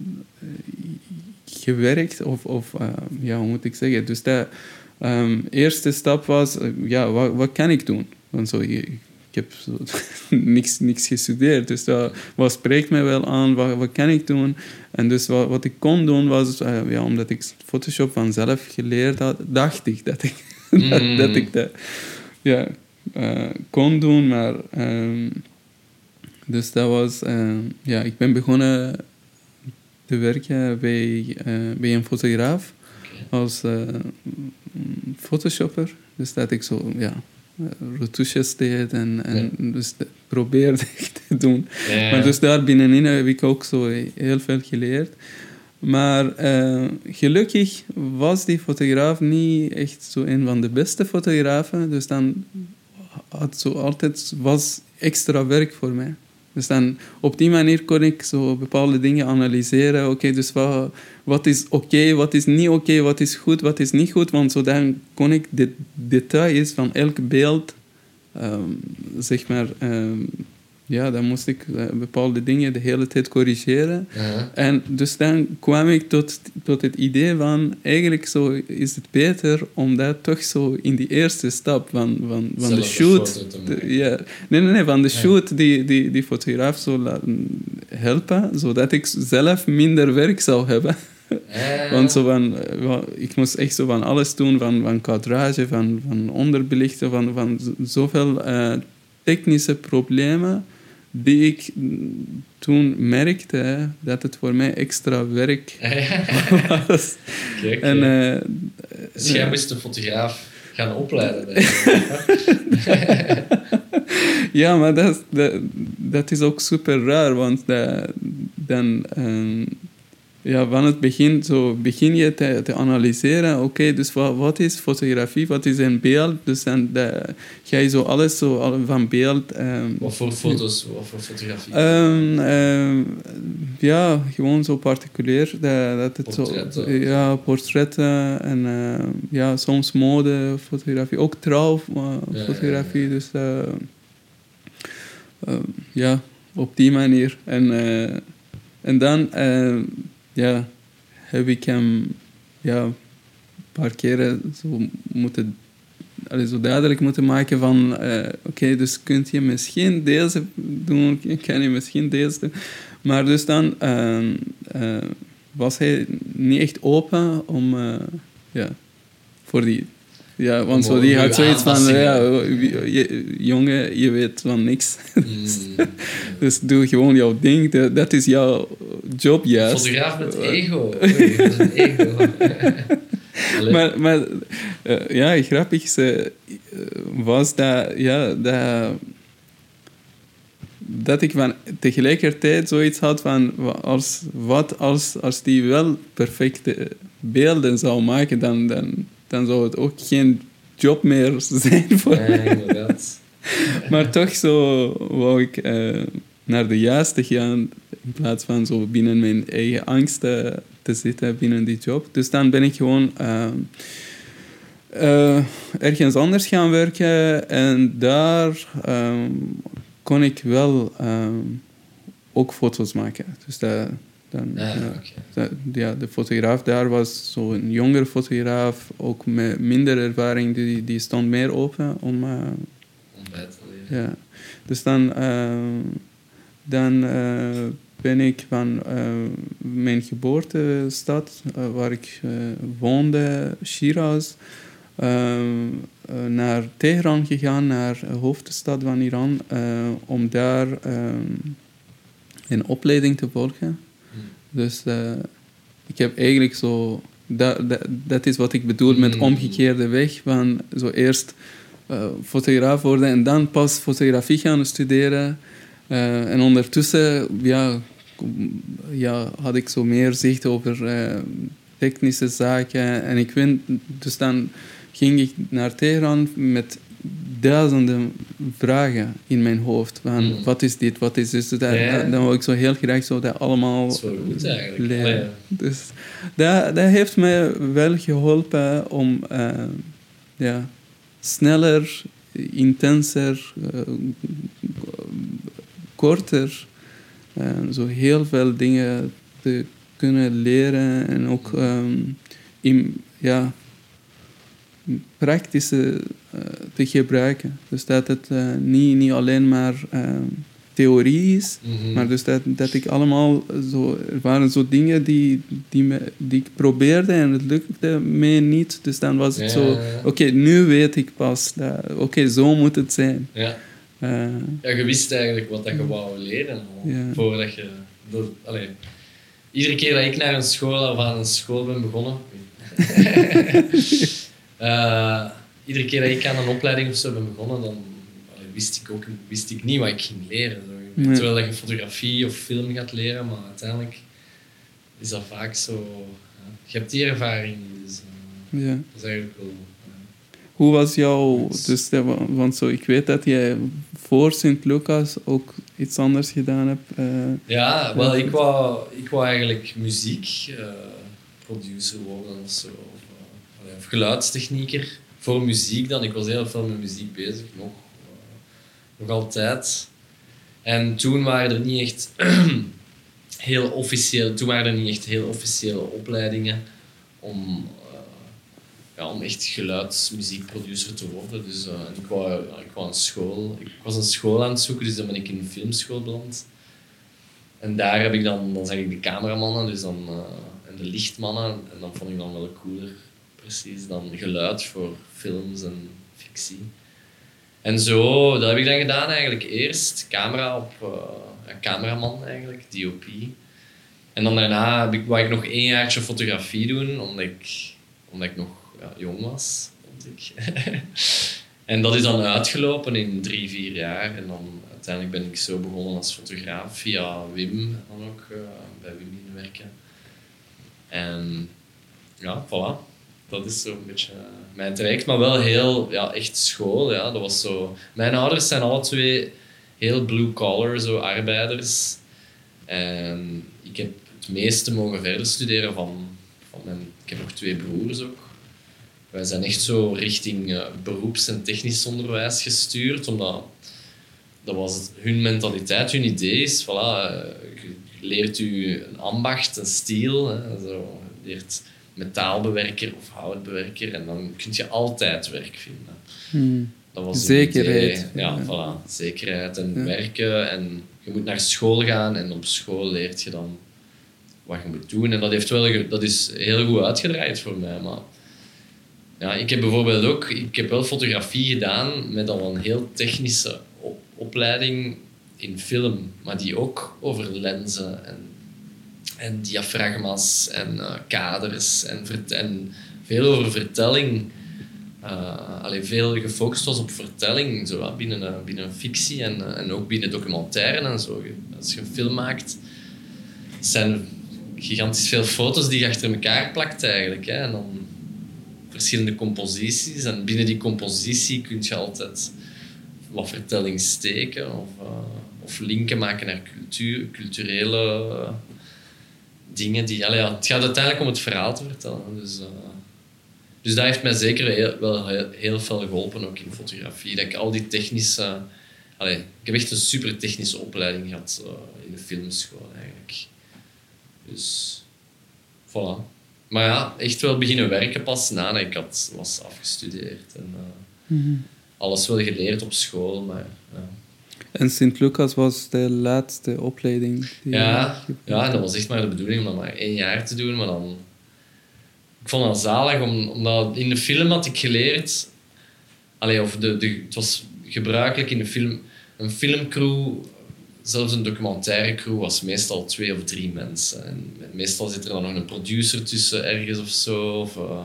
gewerkt. Of, of uh, ja, hoe moet ik zeggen? Dus de um, eerste stap was, uh, ja, wat, wat kan ik doen? Want zo, ik, ik heb zo niks, niks gestudeerd. Dus dat, wat spreekt mij wel aan? Wat, wat kan ik doen? En dus wat, wat ik kon doen was, uh, ja, omdat ik Photoshop vanzelf geleerd had, dacht ik dat ik mm. dat, dat ik dat ja, uh, kon doen. Maar um, dus dat was, uh, ja, ik ben begonnen te werken bij, uh, bij een fotograaf okay. als uh, photoshopper. Dus dat ik zo, ja, retouches deed en, en ja. dus probeerde ik te doen. Ja, ja. Maar dus daar binnenin heb ik ook zo heel veel geleerd. Maar uh, gelukkig was die fotograaf niet echt zo een van de beste fotografen. Dus dan had zo altijd was extra werk voor mij. Dus dan op die manier kon ik zo bepaalde dingen analyseren. Oké, okay, dus wat, wat is oké, okay, wat is niet oké, okay, wat is goed, wat is niet goed. Want zo dan kon ik de details van elk beeld um, zeg maar... Um, ja, dan moest ik uh, bepaalde dingen de hele tijd corrigeren. Uh-huh. En dus dan kwam ik tot, tot het idee van... Eigenlijk zo is het beter om dat toch zo in die eerste stap van, van, van de shoot... De, ja, nee, nee, nee, van de shoot ja. die, die, die fotograaf zou laten helpen, zodat ik zelf minder werk zou hebben. Uh. Want zo van, ik moest echt zo van alles doen, van, van kadrage, van, van onderbelichten, van, van zoveel uh, technische problemen... die ik toen merkte dat het voor mij extra werk was. Kijk, en, uh, dus jij uh, moest de fotograaf gaan opleiden. Ja, maar dat, dat, dat is ook super raar, want dat, dan... Um, ja, van het begin zo begin je te, te analyseren. Oké, okay, dus wat, wat is fotografie? Wat is een beeld? Dus dan de, ga je zo alles zo van beeld... Um, wat voor foto's? Wat voor fotografie? Um, um, ja, gewoon zo particulier. Dat, dat het portretten. Zo, ja, portretten en uh, ja, soms modefotografie. Ook trouwfotografie. Ja, ja, ja. Dus uh, uh, ja, op die manier. En, uh, en dan... Uh, ja, heb ik hem ja, een paar keren zo moeten, allee, zo duidelijk moeten maken van... Uh, Oké, okay, dus kunt je misschien deze doen, kan je misschien deze doen. Maar dus dan uh, uh, was hij niet echt open om... Uh, ja, voor die... Ja, want zo, die had zoiets van, ja, je, jongen, je weet van niks. Mm. Dus doe gewoon jouw ding, dat, dat is jouw job juist. Fotograaf met ego. Oei, dat is een ego. maar maar uh, ja, grappig uh, was dat, ja, dat, dat ik van tegelijkertijd zoiets had van, als, wat als, als die wel perfecte beelden zou maken, dan... dan dan zou het ook geen job meer zijn voor mij. Ja, maar toch zo wou ik uh, naar de juiste gaan, in plaats van zo binnen mijn eigen angsten te zitten binnen die job. Dus dan ben ik gewoon uh, uh, ergens anders gaan werken en daar uh, kon ik wel uh, ook foto's maken. Dus dat... Dan, ah, ja, okay. de, ja, de fotograaf daar was zo'n jongere fotograaf, ook met minder ervaring, die, die stond meer open om... Uh, om bij te leren. Ja. Dus dan, uh, dan uh, ben ik van uh, mijn geboortestad, uh, waar ik uh, woonde, Shiraz, uh, uh, naar Teheran gegaan, naar de hoofdstad van Iran, uh, om daar uh, een opleiding te volgen. Dus uh, ik heb eigenlijk zo... Dat, dat, dat is wat ik bedoel met omgekeerde weg. Van zo eerst uh, fotograaf worden en dan pas fotografie gaan studeren. Uh, en ondertussen ja, ja, had ik zo meer zicht over uh, technische zaken. En ik weet, dus dan ging ik naar Teheran met duizenden vragen in mijn hoofd. Van, mm. Wat is dit, wat is dit? Dus dat, ja. Dan wil ik zo heel graag zo dat allemaal dat is wel goed eigenlijk. leren. Oh, ja. Dus dat, dat heeft mij wel geholpen om uh, ja, sneller, intenser, uh, korter, uh, zo heel veel dingen te kunnen leren en ook um, in, ja, praktische uh, te gebruiken. Dus dat het uh, niet, niet alleen maar uh, theorie is, mm-hmm. maar dus dat, dat ik allemaal zo... Er waren zo dingen die, die, me, die ik probeerde en het lukte mij niet. Dus dan was het ja, zo... Oké, okay, nu weet ik pas. Oké, okay, zo moet het zijn. Ja. Uh, ja, je wist eigenlijk wat dat je wou leren. Ja. Voordat je... Door, allee, iedere keer dat ik naar een school of aan een school ben begonnen... Uh, iedere keer dat ik aan een opleiding of zo ben begonnen, dan allee, wist ik ook wist ik niet wat ik ging leren. Zo. Nee. Terwijl dat je fotografie of film gaat leren, maar uiteindelijk is dat vaak zo... Ja, je hebt die ervaring, dus uh, ja. Dat is eigenlijk wel... Uh, Hoe was jouw... Dus, want zo, ik weet dat jij voor Sint-Lucas ook iets anders gedaan hebt. Uh, ja, wel, ik wou, ik wou eigenlijk muziek uh, producer worden of zo. Of geluidstechnieker voor muziek dan. Ik was heel veel met muziek bezig nog. nog altijd. En toen waren er niet echt heel officieel, toen waren er niet echt heel officiële opleidingen om, uh, ja, om echt geluidsmuziekproducer te worden. Dus uh, ik, wou, ja, ik wou een school, ik was een school aan het zoeken, dus dan ben ik in een filmschool beland. En daar heb ik dan, dan zag ik de cameramannen, dus dan, uh, en de lichtmannen, en dan vond ik dan wel cooler, precies, dan geluid voor films en fictie. En zo, dat heb ik dan gedaan eigenlijk eerst, camera op, uh, ja, cameraman eigenlijk, D O P. En dan daarna heb ik, wou ik nog één jaartje fotografie doen, omdat ik, omdat ik nog ja, jong was, vond ik. En dat is dan uitgelopen in drie, vier jaar. En dan uiteindelijk ben ik zo begonnen als fotograaf via Wim, dan ook uh, bij Wim in werken. En ja, voilà. Dat is zo'n beetje uh, mijn traject, maar wel heel ja, echt school. Ja. Dat was zo... Mijn ouders zijn alle twee heel blue-collar, zo arbeiders. En ik heb het meeste mogen verder studeren van, van mijn... Ik heb nog twee broers ook. Wij zijn echt zo richting uh, beroeps- en technisch onderwijs gestuurd, omdat dat was het, hun mentaliteit, hun idee is, voilà, uh, je leert u een ambacht, een stiel, hè, zo, je leert metaalbewerker of houtbewerker en dan kun je altijd werk vinden. Hmm. Dat was zekerheid. Ja, ja, voilà, zekerheid en ja. werken. En je moet naar school gaan en op school leert je dan wat je moet doen. En dat, heeft wel, dat is heel goed uitgedraaid voor mij. Maar ja, ik heb bijvoorbeeld ook ik heb wel fotografie gedaan met al een heel technische opleiding in film, maar die ook over lenzen en, en diafragma's en uh, kaders en, en veel over vertelling. Uh, allee, veel gefocust was op vertelling, zo, binnen, uh, binnen fictie en, uh, en ook binnen documentaire en zo. Als je een film maakt, zijn gigantisch veel foto's die je achter elkaar plakt eigenlijk. Hè, en dan verschillende composities. En binnen die compositie kun je altijd wat vertelling steken of, uh, of linken maken naar cultuur, culturele uh, dingen. Die, allee, ja, het gaat uiteindelijk om het verhaal te vertellen. Dus, uh, dus dat heeft mij zeker heel, wel heel, heel veel geholpen, ook in fotografie. Dat ik al die technische... Allee, ik heb echt een super technische opleiding gehad uh, in de filmschool eigenlijk. Dus, voilà. Maar ja, echt wel beginnen werken pas nadat ik had, was afgestudeerd. En, uh, mm-hmm. Alles wel geleerd op school, maar... Ja. En Sint-Lucas was de laatste opleiding? Die ja, ja, dat was echt maar de bedoeling om dat maar één jaar te doen, maar dan... Ik vond dat zalig, omdat in de film had ik geleerd... Allee, of de, de, het was gebruikelijk in de film... Een filmcrew, zelfs een documentaire crew, was meestal twee of drie mensen. En meestal zit er dan nog een producer tussen, ergens of zo. Of, uh,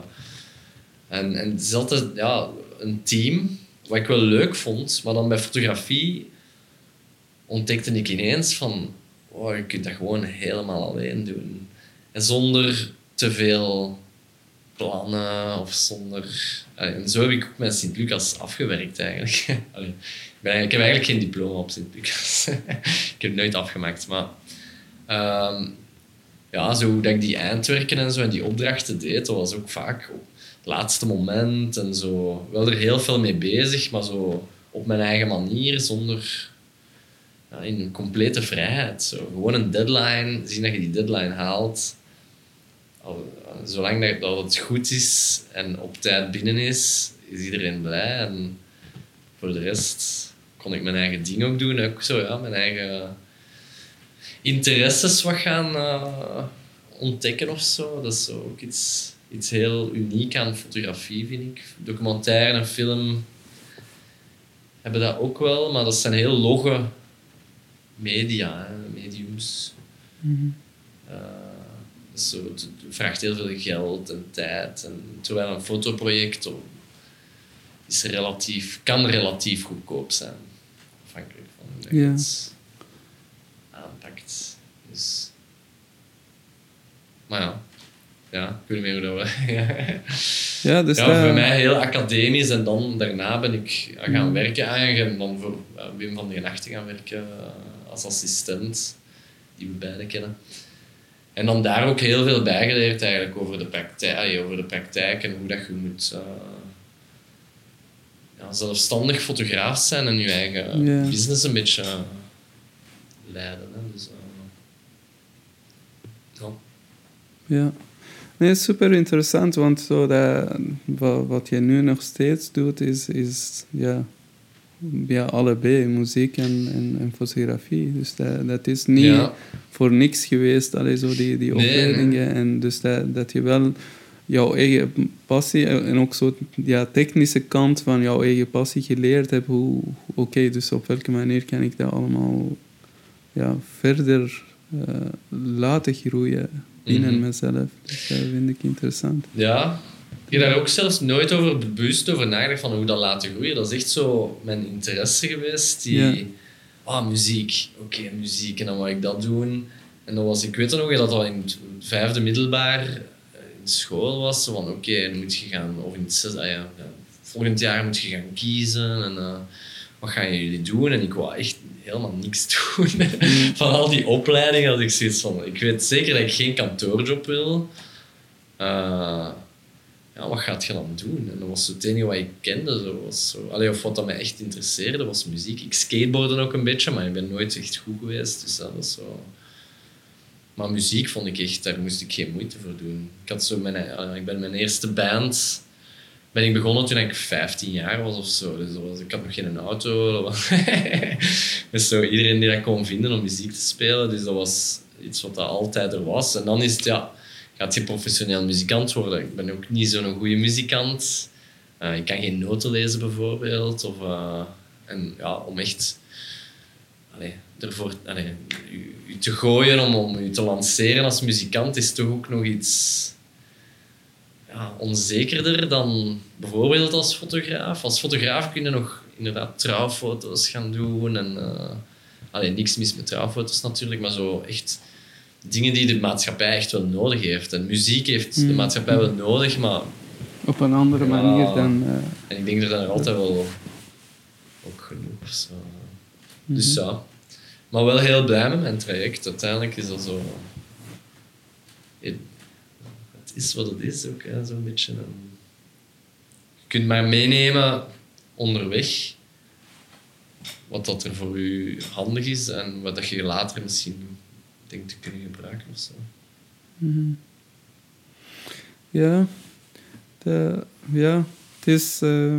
en, en het is altijd ja, een team, wat ik wel leuk vond. Maar dan bij fotografie ontdekte ik ineens van... Oh, je kunt dat gewoon helemaal alleen doen. En zonder te veel plannen of zonder... En zo heb ik ook met Sint-Lucas afgewerkt eigenlijk. Allee, ik, ben, ik heb eigenlijk geen diploma op Sint-Lucas. Ik heb het nooit afgemaakt, maar... Um, ja, zo dat ik die eindwerken en zo en die opdrachten deed, dat was ook vaak op het laatste moment en zo. Wel er heel veel mee bezig, maar zo op mijn eigen manier, zonder... Ja, in complete vrijheid. Zo. Gewoon een deadline, zien dat je die deadline haalt... Zolang dat, dat het goed is en op tijd binnen is, is iedereen blij. En voor de rest kon ik mijn eigen ding ook doen. Ook zo, ja, mijn eigen interesses wat gaan uh, ontdekken of zo. Dat is zo ook iets, iets heel uniek aan fotografie, vind ik. Documentaire en film hebben dat ook wel, maar dat zijn heel logge media, hè, mediums. Mm-hmm. Uh, Zo, het vraagt heel veel geld en tijd. En terwijl een fotoproject is relatief, kan relatief goedkoop zijn. Afhankelijk van hoe je ja. het aanpakt. Dus... Maar ja. Ja, ik weet niet meer hoe dat we... ja, dus ja, dat... voor mij heel academisch. En dan daarna ben ik gaan mm. werken eigenlijk. En dan voor Wim van de Nachten gaan werken als assistent. Die we beiden kennen. En dan daar ook heel veel bijgeleerd eigenlijk over de praktijk, over de praktijk en hoe dat je moet... Uh, ja, zelfstandig fotograaf zijn en je eigen Ja. business een beetje uh, leiden. Hè. Dus, uh, ja. Ja. Nee, super interessant, want zo dat, wat, wat je nu nog steeds doet, is, is ja, ja, allebei, muziek en, en, en fotografie. Dus dat, dat is niet Ja. voor niks geweest, allee, zo die, die Nee, opleidingen. nee. En dus dat, dat je wel jouw eigen passie en ook zo ja, technische kant van jouw eigen passie geleerd hebt. Hoe, oké, okay, dus op welke manier kan ik dat allemaal ja, verder uh, laten groeien binnen Mm-hmm. mezelf. Dus dat vind ik interessant. Ja, ik heb daar ook zelfs nooit over bewust over nagedacht van hoe dat laten groeien. Dat is echt zo mijn interesse geweest. Die, Ja. ah, muziek. Oké, okay, muziek. En dan wou ik dat doen. En dan was, ik weet nog dat dat in het vijfde middelbaar in school was. Van oké, okay, dan moet je gaan, of in het zesde, ah ja, ja, volgend jaar moet je gaan kiezen. En uh, wat gaan jullie doen? En ik wou echt helemaal niks doen. Van al die opleidingen had ik zoiets van, ik weet zeker dat ik geen kantoorjob wil. Uh, ja, wat gaat je dan doen? En dat was zo het enige wat ik kende. Zo, was zo, allee, of wat dat mij echt interesseerde, was muziek. Ik skateboardde ook een beetje, maar ik ben nooit echt goed geweest. Dus dat was zo... Maar muziek vond ik echt, daar moest ik geen moeite voor doen. Ik, had zo mijn, uh, ik ben mijn eerste band... ben ik begonnen toen ik vijftien jaar was of zo. Dus dat was, ik had nog geen auto. Dus zo, iedereen die dat kon vinden om muziek te spelen. Dus dat was iets wat dat altijd er was. En dan is het, ja... gaat je professioneel muzikant worden. Ik ben ook niet zo'n goede muzikant. Uh, ik kan geen noten lezen, bijvoorbeeld. Of, uh, en ja, om echt... Allee, ervoor, allee, u, u te gooien om, om u te lanceren als muzikant is toch ook nog iets... Ja, onzekerder dan bijvoorbeeld als fotograaf. Als fotograaf kun je nog inderdaad trouwfoto's gaan doen. En, uh, allee, niks mis met trouwfoto's natuurlijk, maar zo echt dingen die de maatschappij echt wel nodig heeft. En muziek heeft de maatschappij wel nodig, maar... Op een andere ja, manier dan... Uh, en ik denk er dan altijd wel ook genoeg. Zo. Mm-hmm. Dus ja. Maar wel heel blij met mijn traject. Uiteindelijk is dat zo... Het is wat het is ook, hè, zo'n beetje. Je kunt maar meenemen onderweg wat dat er voor u handig is en wat dat je later misschien denkt te kunnen gebruiken of zo. Mm-hmm. Ja, de, ja, het is... Uh,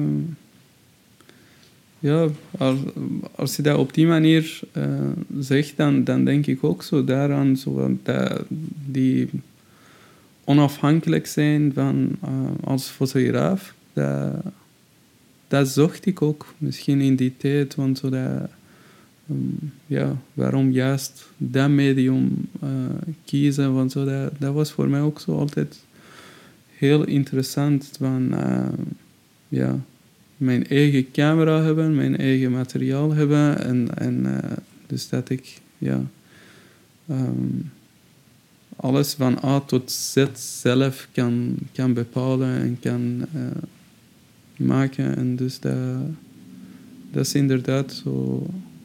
ja, als, als je dat op die manier uh, zegt, dan, dan denk ik ook zo daaraan, zo, dat die onafhankelijk zijn van, uh, als fotograaf, dat, dat zocht ik ook misschien in die tijd, want zo dat, um, ja, waarom juist dat medium uh, kiezen, want zo dat, dat was voor mij ook zo altijd heel interessant, van, uh, ja, mijn eigen camera hebben, mijn eigen materiaal hebben en, en uh, dus dat ik, ja, um, alles van A tot Z zelf kan, kan bepalen en kan uh, maken. En dus dat, dat is inderdaad zo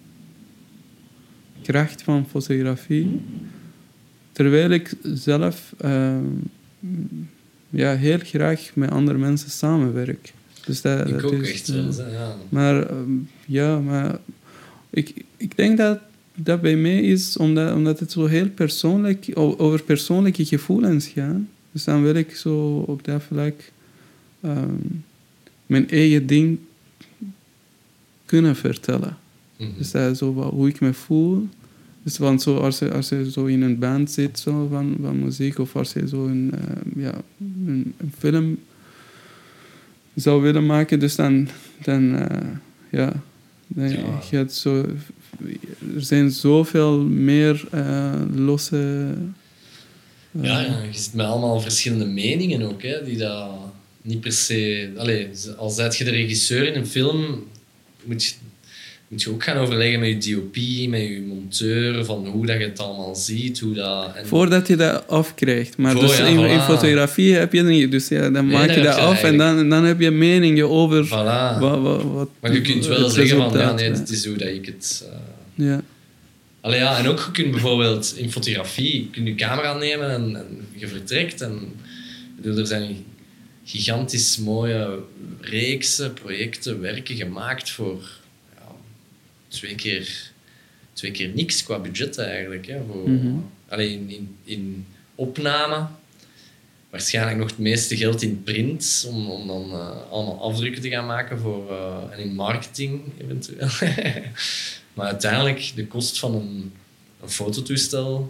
kracht van fotografie. Terwijl ik zelf uh, ja, heel graag met andere mensen samenwerk. Dus dat, ik dat ook is, echt wel, uh, ja. Maar um, ja, maar ik, ik denk dat dat bij mij is omdat, omdat het zo heel persoonlijk, over persoonlijke gevoelens gaat. Dus dan wil ik zo op dat vlak um, mijn eigen ding kunnen vertellen. Mm-hmm. Dus dat is zo wat, hoe ik me voel. Dus want zo, als, je, als je zo in een band zit zo van, van muziek, of als je zo een, uh, ja, een, een film zou willen maken, dus dan, dan uh, ja, dan ja. gaat zo... Er zijn zoveel meer uh, losse... Uh, ja, ja, je zit met allemaal verschillende meningen ook, hè, die dat niet per se... Allee, al zijt je de regisseur in een film, moet je, moet je ook gaan overleggen met je D O P, met je monteur, van hoe dat je het allemaal ziet, hoe dat... En... Voordat je dat afkrijgt. Maar Voor, dus ja, in, voilà. in fotografie heb je niet. Dus ja, dan nee, maak je dat af je en dan, dan heb je meningen over... Voilà. Wat, wat, wat maar je kunt wel zeggen van, ja, nee, dit is hoe dat ik het... Uh... Ja. Allee, ja, en ook je kunt bijvoorbeeld in fotografie, je kunt je camera nemen en, en je vertrekt. En, bedoel, er zijn gigantisch mooie reeksen, projecten, werken gemaakt voor ja, twee, keer, twee keer niks qua budget eigenlijk. Hè, voor, Mm-hmm. Alleen in, in opname. Waarschijnlijk nog het meeste geld in print, om, om dan uh, allemaal afdrukken te gaan maken voor, uh, en in marketing eventueel. Maar uiteindelijk, de kost van een, een fototoestel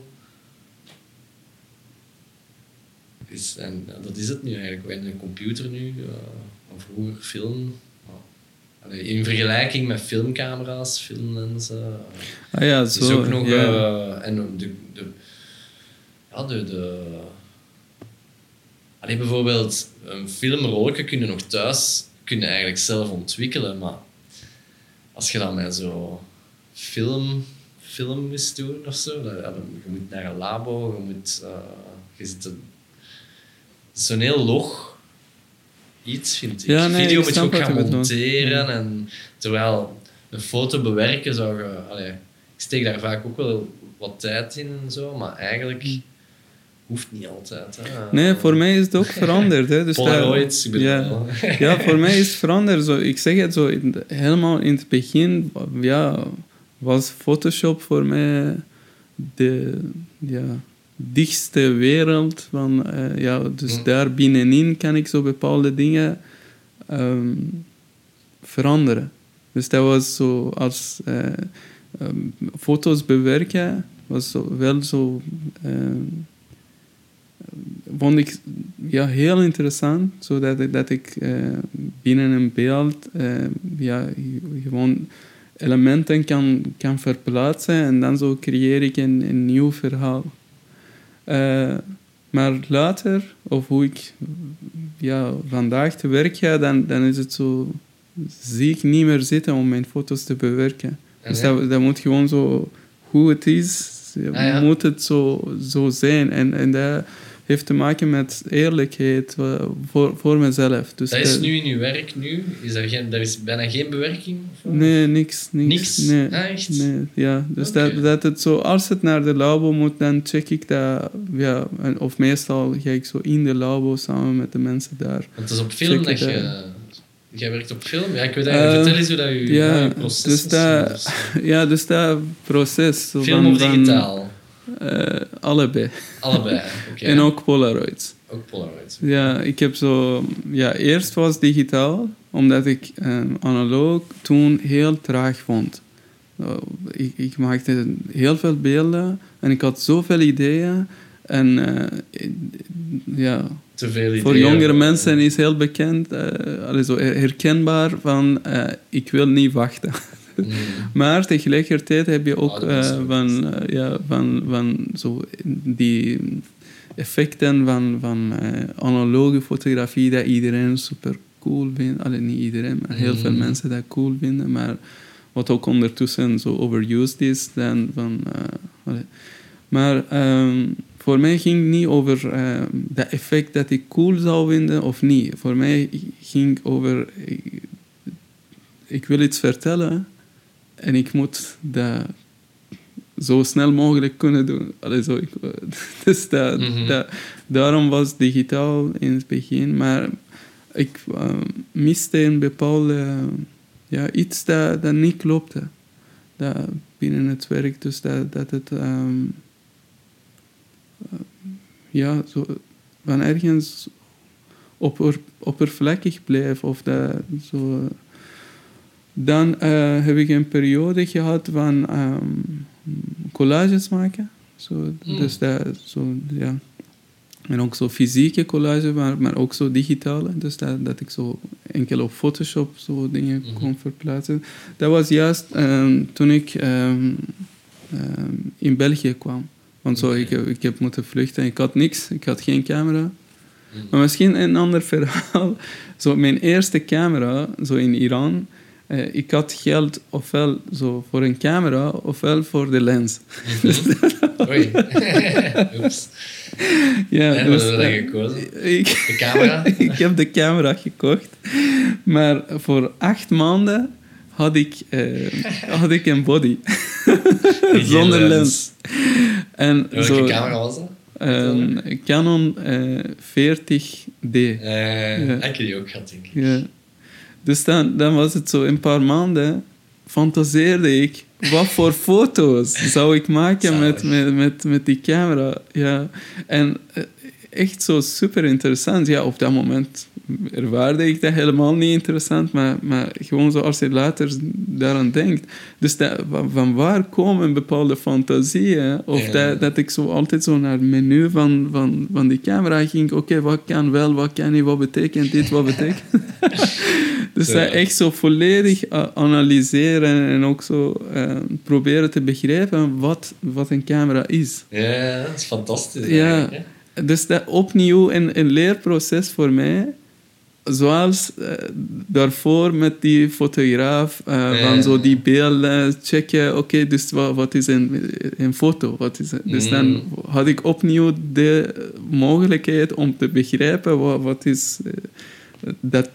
is, en ja, dat is het nu eigenlijk. We hebben een computer nu, uh, vroeger film. Allee, in vergelijking met filmcamera's, filmlenzen. Uh, Ah ja, het zo. is ook nog... Ja. Uh, en de, de, ja, de... de Allee, bijvoorbeeld, een filmrolletje kun je nog thuis kun je eigenlijk zelf ontwikkelen, maar als je dat met zo film, film moest doen of zo, dan, ja, je moet naar een labo, je moet... Uh, je zit een, het is zo'n heel log iets, vind ik. Ja, nee, Video ik moet je snap ook wat gaan je bedoelt. monteren, Ja. en terwijl een foto bewerken zou je... Allee, ik steek daar vaak ook wel wat tijd in en zo, maar eigenlijk... Hoeft niet altijd. Hè. Nee, voor mij is het ook veranderd. Hè. Dus Polaroids, ik bedoel ja. wel. Ja, voor mij is het veranderd. Zo, ik zeg het zo, in de- helemaal in het begin ja, was Photoshop voor mij de ja, dichtste wereld. Van, uh, ja, dus Mm. daar binnenin kan ik zo bepaalde dingen um, veranderen. Dus dat was zo als uh, um, foto's bewerken was zo, wel zo... Um, vond ik ja, heel interessant, zodat ik, dat ik uh, binnen een beeld uh, ja, gewoon elementen kan, kan verplaatsen en dan zo creëer ik een, een nieuw verhaal. Uh, maar later, of hoe ik ja, vandaag te werk ga, dan, dan is het zo... zie ik niet meer zitten om mijn foto's te bewerken. En dus ja. dat, dat moet gewoon zo... hoe het is, Ah, ja. moet het zo, zo zijn. En, en dat heeft te maken met eerlijkheid uh, voor, voor mezelf. Dus Dat is dat- nu in uw werk nu? Is er, geen, er is bijna geen bewerking? Of wat? Nee, niks. Niks? Niks? Nee. Ah, echt? Nee, ja. Dus Oké. dat, dat het zo, als het naar de labo moet, dan check ik dat, ja, en- of meestal ga ik zo in de labo samen met de mensen daar. Want het is op film Check dat het, je... Jij werkt op film? Ja, ik weet eigenlijk... Eh, vertel eens hoe dat je, ja, ja, je proces dus is. dat- Dus, Ja, dus dat proces. Zo film van- of van, digitaal? eh, allebei. Allebei, oké. En ook Polaroids. Ook Polaroid. Ja, ik heb zo... Ja, eerst was digitaal, omdat ik eh, analoog toen heel traag vond. Uh, ik, ik maakte heel veel beelden en ik had zoveel ideeën. En uh, ja, Te veel ideeën. voor jongere mensen is heel bekend, uh, allee, zo herkenbaar van uh, ik wil niet wachten. Mm. Maar tegelijkertijd heb je ook Ah, dat is uh, zo. van, uh, ja, van, van zo die effecten van, van uh, analoge fotografie dat iedereen super cool vindt. Alleen niet iedereen, maar heel Mm. veel mensen dat cool vinden. Maar wat ook ondertussen zo overused is. Dan van, uh, allee. Maar um, voor mij ging het niet over uh, dat effect dat ik cool zou vinden of niet. Voor mij ging het over... Ik, ik wil iets vertellen en ik moet dat zo snel mogelijk kunnen doen. Allee, zo, ik, dus dat, Mhm. dat, daarom was digitaal in het begin. Maar ik uh, miste een bepaalde... Ja, iets dat, dat niet klopte. Dat binnen het werk. Dus dat, dat het... Um, uh, ja, zo van ergens opper, oppervlakkig bleef. Of dat zo... Dan uh, heb ik een periode gehad van um, collages maken. Zo, Mm. Dus dat, zo, ja. En ook zo fysieke collage, maar, maar ook zo digitale. Dus dat, dat ik zo enkel op Photoshop zo dingen Mhm. kon verplaatsen. Dat was juist um, toen ik um, um, in België kwam. Want zo, Oké. ik, ik heb moeten vluchten. Ik had niks, ik had geen camera. Mm. Maar misschien een ander verhaal. Zo, mijn eerste camera, zo in Iran... Uh, ik had geld ofwel zo voor een camera, ofwel voor de lens. Mhm. Oei. Oeps. Ja, En dus, wat heb je uh, gekozen? ik, De camera? ik heb de camera gekocht. Maar voor acht maanden had ik, uh, had ik een body. Geen Zonder lens. lens. En Welke zo, camera was dat? Een Canon uh, veertig D. Uh, ja. Ik heb die ook gehad, denk ik. Ja. Dus dan, dan was het zo, in een paar maanden fantaseerde ik, wat voor foto's zou ik maken met, met, met, met die camera. Ja. En uh, echt zo super interessant. Ja, op dat moment ervaarde ik dat helemaal niet interessant, maar, maar gewoon zo als je later daaraan denkt. Dus dat, van waar komen bepaalde fantasieën? Of ja. dat, dat ik zo altijd zo naar het menu van, van, van die camera ging. Oké, okay, wat kan wel, wat kan niet, wat betekent dit, wat betekent... Dus dat echt zo volledig analyseren en ook zo uh, proberen te begrijpen wat, wat een camera is. Ja, dat is fantastisch. Ja, dus dat opnieuw een, een leerproces voor mij. Zoals uh, daarvoor met die fotograaf uh, ja. van zo die beelden checken. Oké, okay, dus wat, wat is een, een foto? Wat is het? Dus mm. dan had ik opnieuw de mogelijkheid om te begrijpen wat, wat is... Uh, dat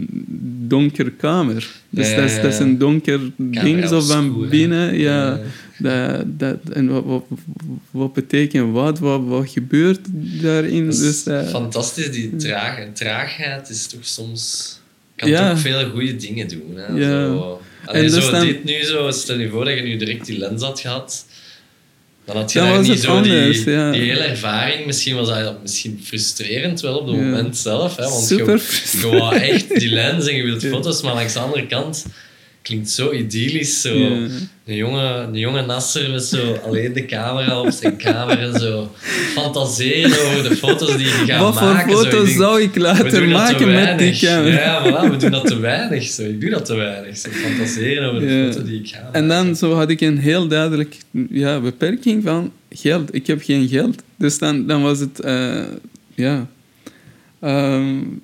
donker kamer. Dus ja, dat, is, dat is een donker ding zo van binnen. Ja, ja. Dat, dat, en wat, wat, wat betekent wat? Wat, wat gebeurt daarin? Dat is dus, uh, fantastisch, die traag, traagheid is toch soms... Kan ja. toch veel goede dingen doen. Hè? Ja. Zo, allee, en zo dus dan, dit nu zo, stel je voor dat je nu direct die lens had gehad, dan had je daar niet zo anders, die, ja. die hele ervaring. Misschien was dat misschien frustrerend wel op het ja. moment zelf. Hè, want Super je, je wou echt die lens en je wilt ja. foto's, maar langs de andere kant klinkt zo idyllisch. Zo. Ja. Een, jonge, een jonge Nasser met zo alleen de camera op zijn kamer en zo fantaseren over de foto's die je gaat Wat maken. Wat voor foto's zo, zou ik later maken met die camera? Ja, voilà, we doen dat te weinig. Zo. Ik doe dat te weinig. Zo. Fantaseren over de ja. foto die ik ga maken. En dan zo had ik een heel duidelijk ja, beperking van geld. Ik heb geen geld. Dus dan, dan was het... Uh, ja... Um,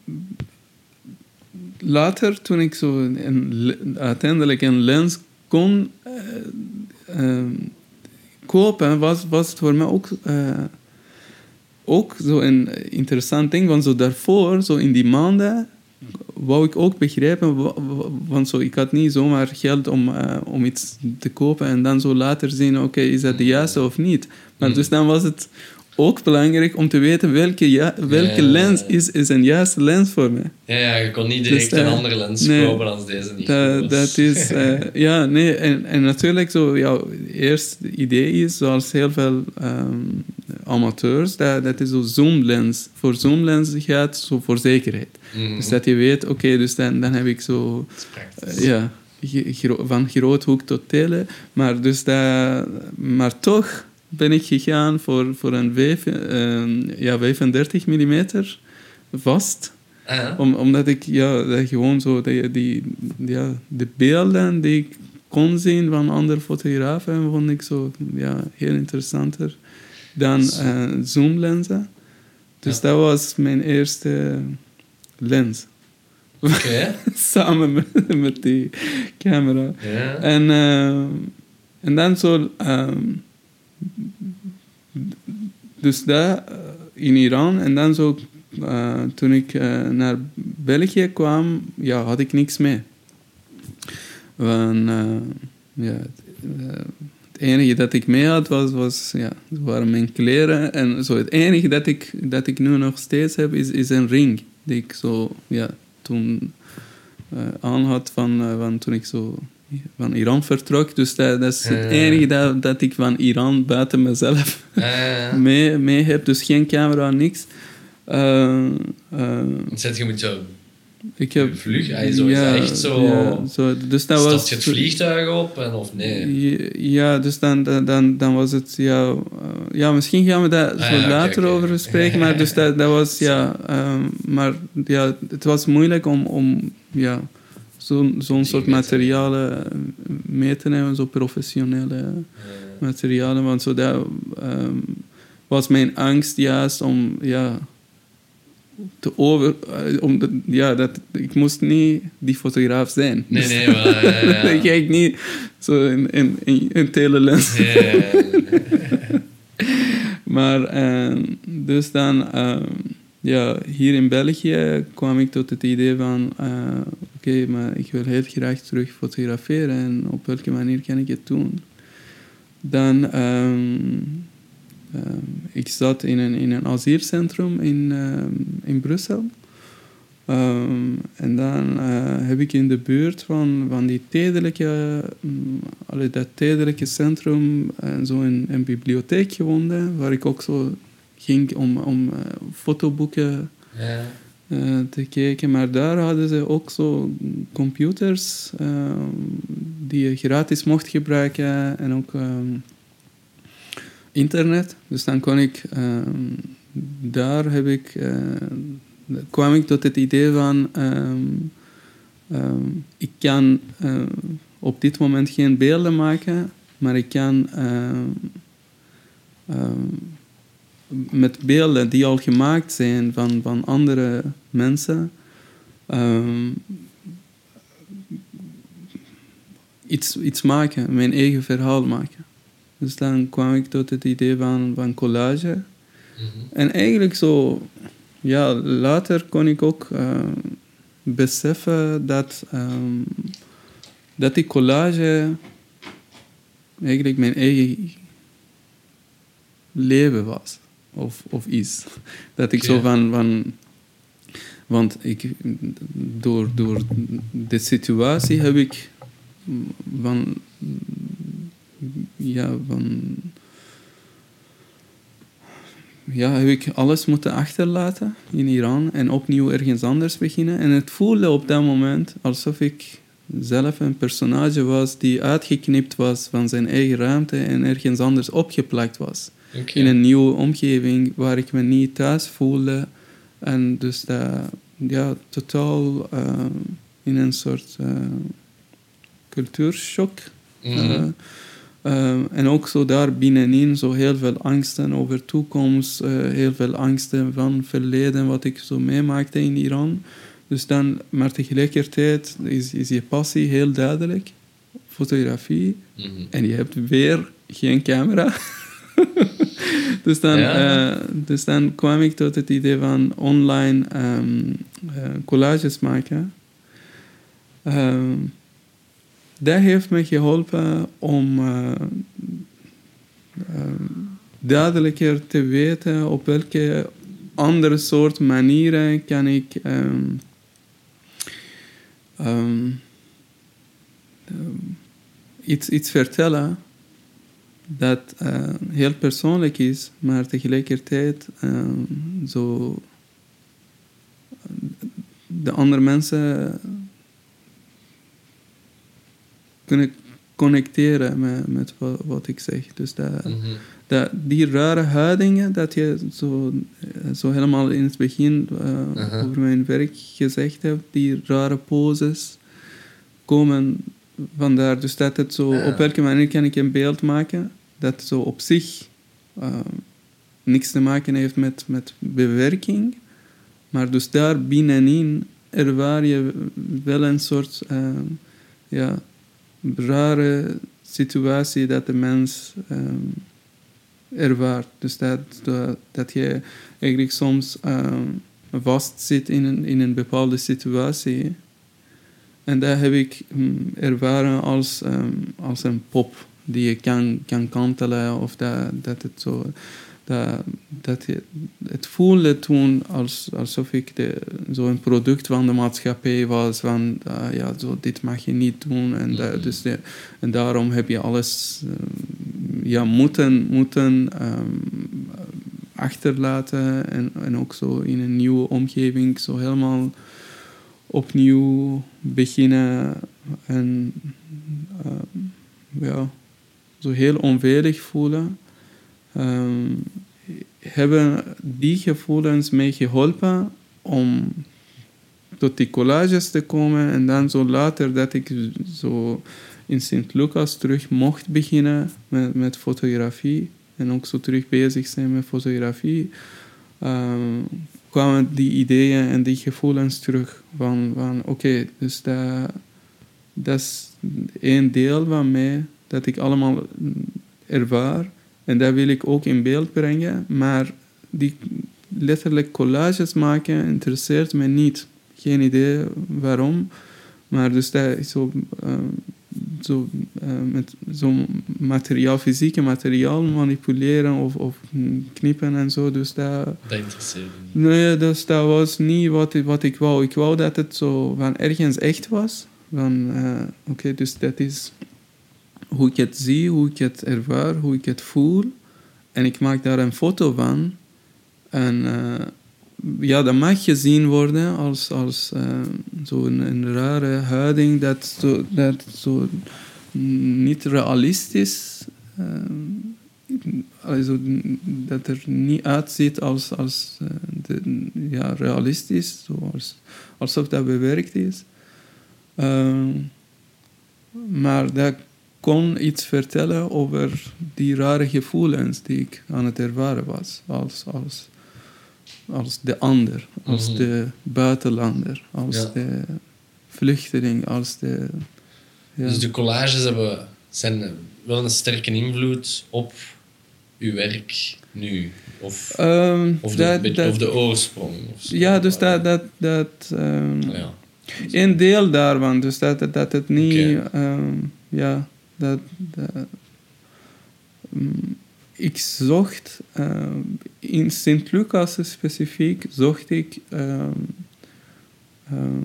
Later, toen ik zo een, uiteindelijk een lens kon uh, uh, kopen, was, was het voor mij ook, uh, ook zo een interessant ding. Want zo daarvoor, zo in die maanden, wou ik ook begrijpen, want zo, ik had niet zomaar geld om, uh, om iets te kopen en dan zo later zien, oké, okay, is dat de juiste of niet? Maar mm. dus dan was het ook belangrijk om te weten welke, ja, welke ja, lens is, is een juiste lens voor mij. Ja, ja, je kon niet direct dus, uh, een andere lens nee, kopen als deze niet dat, goed was. Dat is... Uh, ja, nee, en, en natuurlijk zo, ja, eerste idee is, zoals heel veel um, amateurs, dat, dat is zo zoomlens. Voor zoomlens gaat zo voor zekerheid. Mm-hmm. Dus dat je weet, oké, okay, dus dan, dan heb ik zo... Uh, ja, gro- van groothoek tot tele. Maar, dus dat, maar toch... ben ik gegaan voor, voor een vijf, uh, ja, vijfendertig millimeter vast. Ah, ja. Om, omdat ik ja, dat gewoon zo die, die, ja, de beelden die ik kon zien van andere fotografen vond ik zo ja, heel interessanter dan uh, zoomlenzen. Dus ja. dat was mijn eerste lens. Okay. Samen met, met die camera. Ja. En, uh, en dan zo... Um, dus dat in Iran en dan zo uh, toen ik uh, naar België kwam, ja, had ik niks mee. Want, uh, ja, het, uh, het enige dat ik mee had was, was ja, waren mijn kleren en zo. Het enige dat ik, dat ik nu nog steeds heb is, is een ring die ik zo ja, toen uh, aan had van, uh, van toen ik zo van Iran vertrok. Dus dat, dat is het uh, enige dat, dat ik van Iran buiten mezelf uh, mee, mee heb. Dus geen camera, niks. Uh, uh, Zet je moet zo... Ik heb... Vlug, ja, zo, ja, is echt zo... Ja, zo dus dat Stapt was, je het vliegtuig op en, of nee? Ja, dus dan, dan, dan was het... Ja, uh, ja, misschien gaan we daar ah, zo ja, later okay, okay. over spreken. Maar dus dat, dat was... Ja, um, maar ja, het was moeilijk om... om ja, Zo'n, zo'n soort materialen mee te nemen, zo professionele ja. materialen. Want zo dat um, was mijn angst juist om, ja, te over... Om de, ja, dat, ik moest niet die fotograaf zijn. Nee, nee, maar... Ja, ja. Ik kijk niet zo in, in, in, in telelens. Ja, ja, ja. Maar, um, dus dan... Um, ja, hier in België kwam ik tot het idee van... Uh, Oké, okay, maar ik wil heel graag terug fotograferen. En op welke manier kan ik het doen? Dan... Um, um, ik zat in een, in een asielcentrum in, um, in Brussel. Um, en dan uh, heb ik in de buurt van, van die tijdelijke, um, allee, dat tijdelijke centrum uh, zo een, een bibliotheek gevonden, waar ik ook zo ging om, om uh, fotoboeken Ja. uh, te kijken. Maar daar hadden ze ook zo computers uh, die je gratis mocht gebruiken en ook um, internet. Dus dan kon ik, um, daar heb ik... Uh, kwam ik tot het idee van... Um, um, ik kan uh, op dit moment geen beelden maken, maar ik kan um, um, met beelden die al gemaakt zijn van, van andere mensen um, iets, iets maken, mijn eigen verhaal maken. Dus dan kwam ik tot het idee van, van collage. Mm-hmm. En eigenlijk zo... Ja, later kon ik ook uh, beseffen dat, um, dat die collage eigenlijk mijn eigen leven was. Of, of is. Dat ik okay. zo van... van want ik, door, door de situatie heb ik van... Ja, van... Ja, heb ik alles moeten achterlaten in Iran en opnieuw ergens anders beginnen. En het voelde op dat moment alsof ik zelf een personage was die uitgeknipt was van zijn eigen ruimte en ergens anders opgeplakt was. Okay. In een nieuwe omgeving waar ik me niet thuis voelde. En dus dat, ja, totaal uh, in een soort uh, cultuurshock. Mm-hmm. Uh, Uh, en ook zo daar binnenin zo heel veel angsten over toekomst, uh, heel veel angsten van verleden, wat ik zo meemaakte in Iran. Dus dan, maar tegelijkertijd is, is je passie heel duidelijk, fotografie, mm-hmm. en je hebt weer geen camera. dus, dan, ja. uh, dus dan kwam ik tot het idee van online um, uh, collages maken. Um, Dat heeft me geholpen om uh, uh, duidelijker te weten op welke andere soort manieren kan ik um, um, um, iets, iets vertellen dat uh, heel persoonlijk is, maar tegelijkertijd um, zo de andere mensen kunnen connecteren met, met wat, wat ik zeg. Dus dat, mm-hmm. dat, die rare houdingen dat je zo, zo helemaal in het begin uh, uh-huh. over mijn werk gezegd hebt, die rare poses, komen vandaar. Dus dat het zo, uh. op welke manier kan ik een beeld maken dat zo op zich uh, niks te maken heeft met, met bewerking, maar dus daar binnenin ervaar je wel een soort uh, ja, rare situatie dat de mens um, ervaart. Dus dat, dat, dat je eigenlijk soms um, vastzit in een, in een bepaalde situatie. En dat heb ik um, ervaren als, um, als een pop die je kan, kan kantelen. Of dat, dat het zo... Dat, dat je, het voelde toen als, alsof ik zo'n product van de maatschappij was. Van, uh, ja, zo, dit mag je niet doen. En, dat, dus de, en daarom heb je alles uh, ja, moeten, moeten um, achterlaten. En, en ook zo in een nieuwe omgeving zo helemaal opnieuw beginnen. En uh, ja, zo heel onveilig voelen. Um, hebben die gevoelens mij geholpen om tot die collages te komen. En dan zo later dat ik zo in Sint-Lucas terug mocht beginnen met, met fotografie. En ook zo terug bezig zijn met fotografie. Um, kwamen die ideeën en die gevoelens terug. Van, van oké, okay, dus dat, dat is één deel van mij dat ik allemaal ervaar. En dat wil ik ook in beeld brengen. Maar die letterlijk collages maken interesseert me niet. Geen idee waarom. Maar dus dat is zo, uh, zo, uh, met zo'n materiaal, fysieke materiaal manipuleren of, of knippen en zo. Dus dat, Dat interesseert me. nee, dus dat was niet wat, wat ik wou. Ik wou dat het zo van ergens echt was. Van, uh, oké, okay, dus dat is hoe ik het zie, hoe ik het ervaar, hoe ik het voel. En ik maak daar een foto van. En uh, ja, dat mag gezien worden als, als uh, zo'n een rare houding dat zo, dat zo niet realistisch uh, also, dat er niet uitziet als, als uh, de, ja, realistisch, zoals, alsof dat bewerkt is. Uh, maar dat kon iets vertellen over die rare gevoelens die ik aan het ervaren was. Als, als, als de ander, als mm-hmm. de buitenlander, als ja. de vluchteling, als de... Ja. Dus de collages hebben, zijn wel een sterke invloed op uw werk nu? Of, um, of, de, dat, dat, of de oorsprong? Of zo. Ja, dus dat... dat, dat um, ja. Een deel daarvan, dus dat, dat het niet... Okay. Um, ja, dat... dat um, ik zocht... Uh, in Sint-Lucas specifiek zocht ik... Um, um,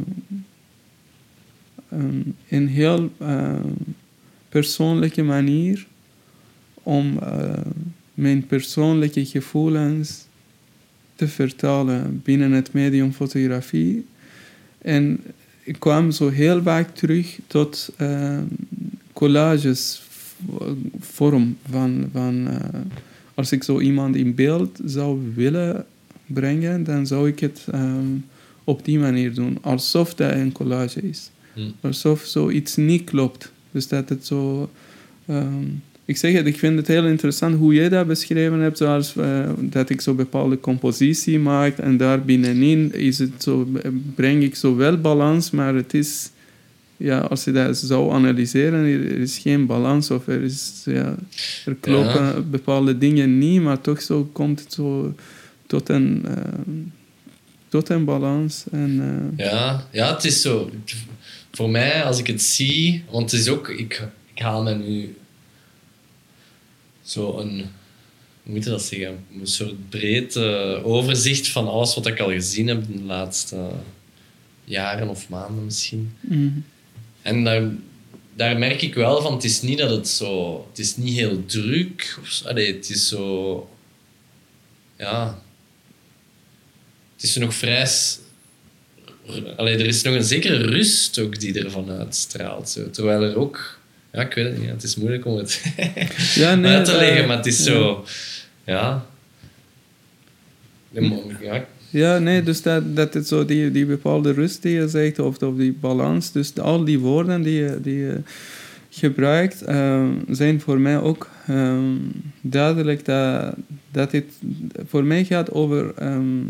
um, een heel uh, persoonlijke manier om uh, mijn persoonlijke gevoelens te vertalen binnen het medium fotografie. En ik kwam zo heel vaak terug tot uh, collages vorm van... van uh, als ik zo iemand in beeld zou willen brengen, dan zou ik het um, op die manier doen. Alsof dat een collage is. Hmm. Alsof zoiets niet klopt. Dus dat het zo... Um, ik zeg het, ik vind het heel interessant hoe jij dat beschreven hebt, zoals uh, dat ik zo bepaalde compositie maak en daar binnenin is het zo, breng ik zo wel balans, maar het is... Ja, als je dat zou analyseren, er is geen balans of er is... Ja, er kloppen ja. bepaalde dingen niet, maar toch zo komt het zo tot een... Uh, tot een balans. En, uh, ja, ja, het is zo... Voor mij, als ik het zie... Want het is ook... Ik, ik haal me nu... Zo een... Hoe moet je dat zeggen? Een soort breed uh, overzicht van alles wat ik al gezien heb de laatste uh, jaren of maanden misschien. Mm. En daar, daar merk ik wel van, het is niet dat het zo... Het is niet heel druk. Of zo. Allee, het is zo... Ja... Het is nog vrij... Allee, er is nog een zekere rust ook die ervan uitstraalt. Zo. Terwijl er ook... Ja, ik weet het niet. Het is moeilijk om het ja, nee, uit te leggen, uh, maar het is ja. zo... Ja... Ja, ja nee, dus dat, dat is zo die, die bepaalde rust die je zegt, of, of die balans. Dus de, al die woorden die je, die je gebruikt, uh, zijn voor mij ook um, duidelijk dat, dat het voor mij gaat over... Um,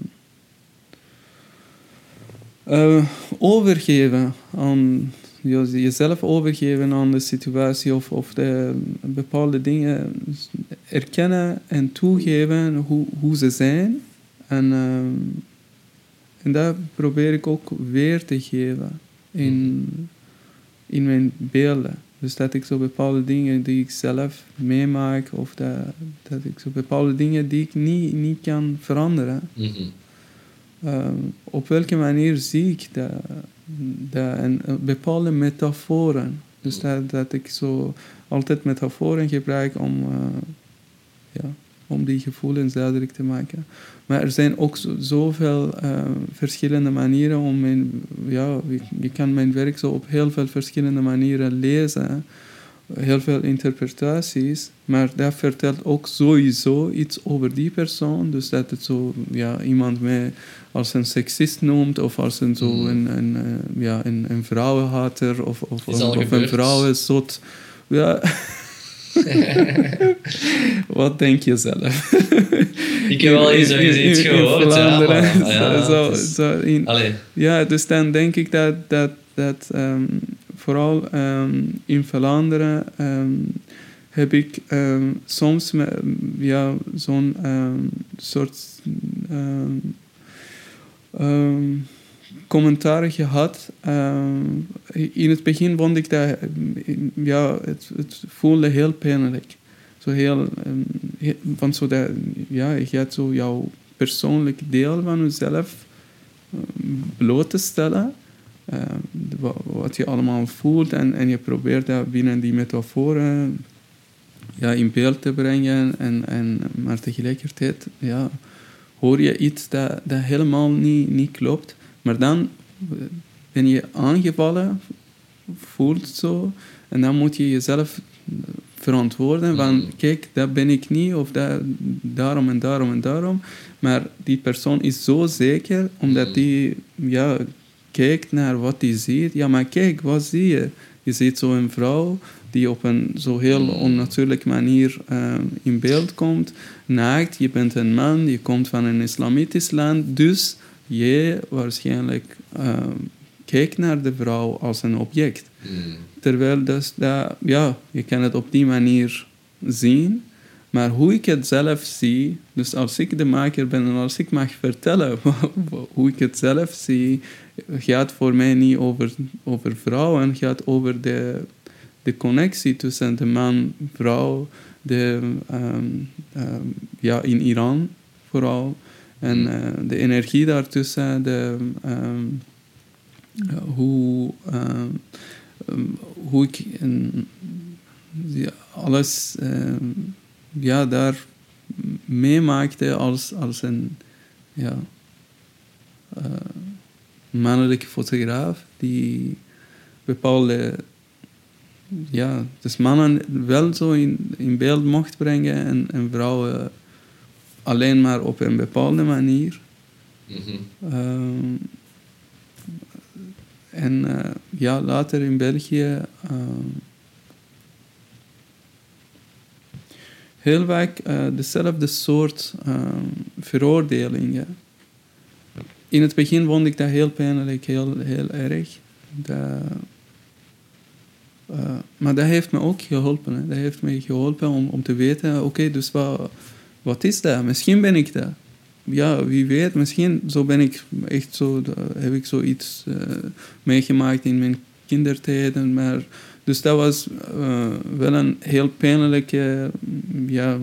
Uh, overgeven aan jezelf overgeven aan de situatie of, of de bepaalde dingen erkennen en toegeven hoe, hoe ze zijn en, uh, en dat probeer ik ook weer te geven in, in mijn beelden. Dus dat ik zo bepaalde dingen die ik zelf meemaak of dat, dat ik zo bepaalde dingen die ik niet, niet kan veranderen. Mm-hmm. Uh, op welke manier zie ik dat, dat en bepaalde metaforen. Dus dat, dat ik zo altijd metaforen gebruik om, uh, ja, om die gevoelens duidelijk te maken. Maar er zijn ook zo, zoveel uh, verschillende manieren om mijn... Ja, je kan mijn werk zo op heel veel verschillende manieren lezen. Heel veel interpretaties, maar dat vertelt ook sowieso iets over die persoon. Dus dat het zo, ja, iemand mij als een seksist noemt, of als een, zo mm. een, een, uh, ja, een, een vrouwenhater, of, of, of, of een vrouwenzot. Ja. Wat denk je zelf? Ik heb wel eens iets gehoord. Ja, maar, ja, zo, zo in, ja, dus dan denk ik dat... dat, dat um, vooral um, in Vlaanderen um, heb ik um, soms me, ja, zo'n um, soort um, um, commentaar gehad. Uh, in het begin vond ik dat... Ja, het, het voelde heel pijnlijk. Zo heel... Um, heel van zo dat... Ja, je gaat zo jouw persoonlijk deel van jezelf um, bloot te stellen. Uh, wat, wat je allemaal voelt. En, en je probeert dat binnen die metaforen... Ja, in beeld te brengen. En, en, maar tegelijkertijd... Ja, hoor je iets dat, dat helemaal niet, niet klopt. Maar dan ben je aangevallen, voelt zo. En dan moet je jezelf verantwoorden van... Kijk, dat ben ik niet. Of dat, daarom en daarom en daarom. Maar die persoon is zo zeker. Omdat die ja, kijkt naar wat hij ziet. Ja, maar kijk, wat zie je? Je ziet zo'n vrouw... die op een zo heel onnatuurlijke manier uh, in beeld komt. Naakt, je bent een man, je komt van een islamitisch land, dus je waarschijnlijk uh, kijkt naar de vrouw als een object. Mm. Terwijl dus dat, ja, je kan het op die manier zien, maar hoe ik het zelf zie, dus als ik de maker ben en als ik mag vertellen hoe ik het zelf zie, gaat voor mij niet over, over vrouwen, gaat over de... de connectie tussen de man en vrouw, de, um, um, ja, in Iran vooral, en uh, de energie daartussen, de, um, uh, hoe, um, um, hoe ik um, ja, alles um, ja, daar meemaakte als, als een ja, uh, mannelijke fotograaf die bepaalde ja, dus mannen wel zo in, in beeld mocht brengen en, en vrouwen alleen maar op een bepaalde manier. Mm-hmm. Um, en uh, ja, later in België um, heel vaak uh, dezelfde soort um, veroordelingen. In het begin vond ik dat heel pijnlijk, heel, heel erg. Dat, Uh, maar dat heeft me ook geholpen. Hè. Dat heeft me geholpen om, om te weten... Oké, okay, dus wat, wat is dat? Misschien ben ik dat. Ja, wie weet. Misschien zo ben ik echt zo... Heb ik zoiets uh, meegemaakt in mijn kindertijden. Maar, dus dat was uh, wel een heel pijnlijke... Ja,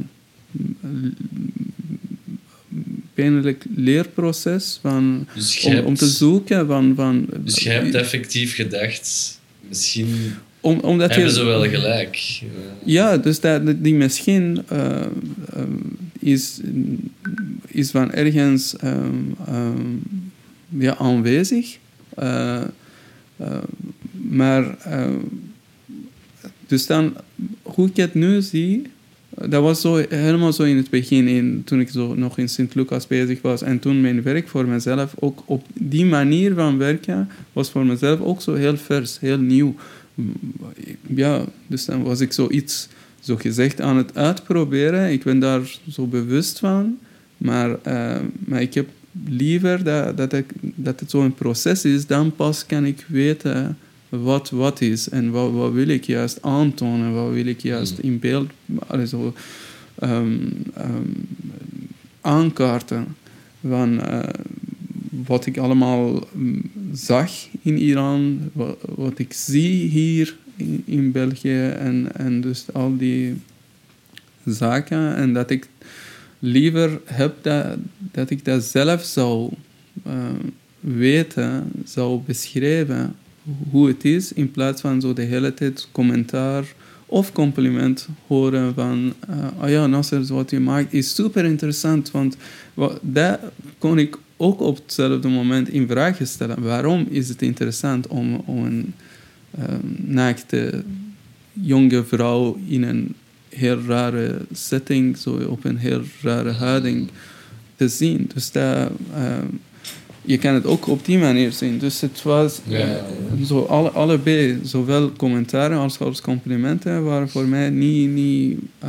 pijnlijk leerproces. Van, dus om, hebt, om te zoeken van... van dus je hebt effectief gedacht... Misschien... Om, omdat hebben je, ze wel gelijk. Ja, dus dat, die misschien uh, um, is, is van ergens um, um, ja, aanwezig. Uh, uh, maar uh, dus dan, hoe ik het nu zie, dat was zo, helemaal zo in het begin, in, toen ik zo nog in Sint-Lucas bezig was. En toen mijn werk voor mezelf, ook op die manier van werken, was voor mezelf ook zo heel vers, heel nieuw. Ja, dus dan was ik zoiets, zo gezegd, aan het uitproberen. Ik ben daar zo bewust van. Maar, uh, maar ik heb liever dat, dat, ik, dat het zo'n proces is. Dan pas kan ik weten wat wat is. En wat, wat wil ik juist aantonen. Wat wil ik juist in beeld also, um, um, aankaarten. Van... Uh, wat ik allemaal zag in Iran, wat, wat ik zie hier in, in België en, en dus al die zaken. En dat ik liever heb dat, dat ik dat zelf zou uh, weten, zou beschrijven hoe het is, in plaats van zo de hele tijd commentaar of compliment horen van uh, oh ja, Nasser, wat je maakt is super interessant, want wat, dat kon ik ook op hetzelfde moment in vraag stellen. Waarom is het interessant om, om een uh, naakte jonge vrouw in een heel rare setting, zo op een heel rare houding te zien? Dus dat, uh, je kan het ook op die manier zien. Dus het was uh, ja. zo alle, allebei, zowel commentaren als, als complimenten, waren voor mij niet... niet uh,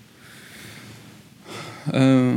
uh,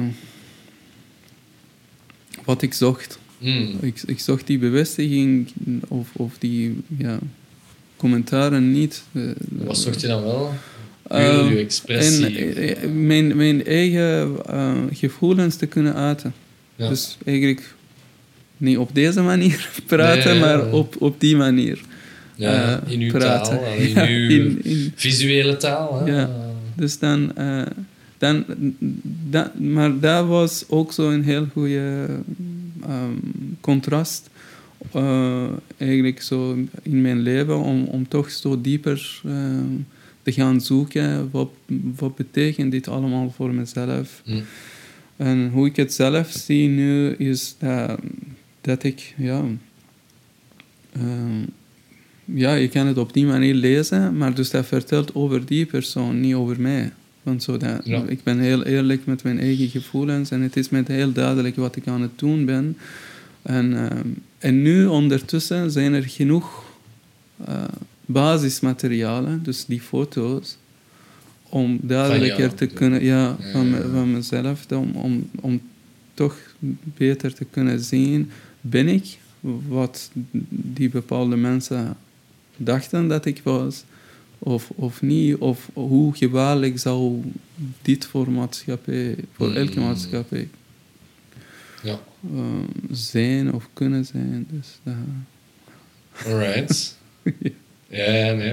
wat ik zocht. Mm. Ik, ik zocht die bevestiging of, of die ja, commentaren niet. Uh, wat zocht je dan wel? Uh, uw expressie? En, uh, mijn, mijn eigen uh, gevoelens te kunnen uiten. Ja. Dus eigenlijk niet op deze manier praten, Nee, maar ja. op, op die manier Ja, eh, in uw praten. taal, in Ja, uw in- in- visuele taal. Hè? Ja. Dus dan, eh, dan dat, maar dat was ook zo een heel goede ehm, contrast. eh, eigenlijk zo in mijn leven, om, om toch zo dieper eh, te gaan zoeken. Wat, wat betekent dit allemaal voor mezelf? Hm. En hoe ik het zelf zie nu, is dat, dat ik, ja, ehm, ja, je kan het op die manier lezen, maar dus dat vertelt over die persoon, niet over mij. Want zo dat, Ja. ik ben heel eerlijk met mijn eigen gevoelens en het is met heel duidelijk wat ik aan het doen ben. En, ehm, en nu ondertussen zijn er genoeg eh, basismaterialen, dus die foto's, om duidelijker jou, te ja. kunnen, ja, Ja, van, ja, ja. van mezelf, om, om, om toch beter te kunnen zien, ben ik wat die bepaalde mensen dachten dat ik was, of, of niet, of hoe gevaarlijk zou dit voor maatschappij, voor Mm. elke maatschappij Ja, eh, zijn of kunnen zijn. Dus dat, alright. Ja, ja, nee.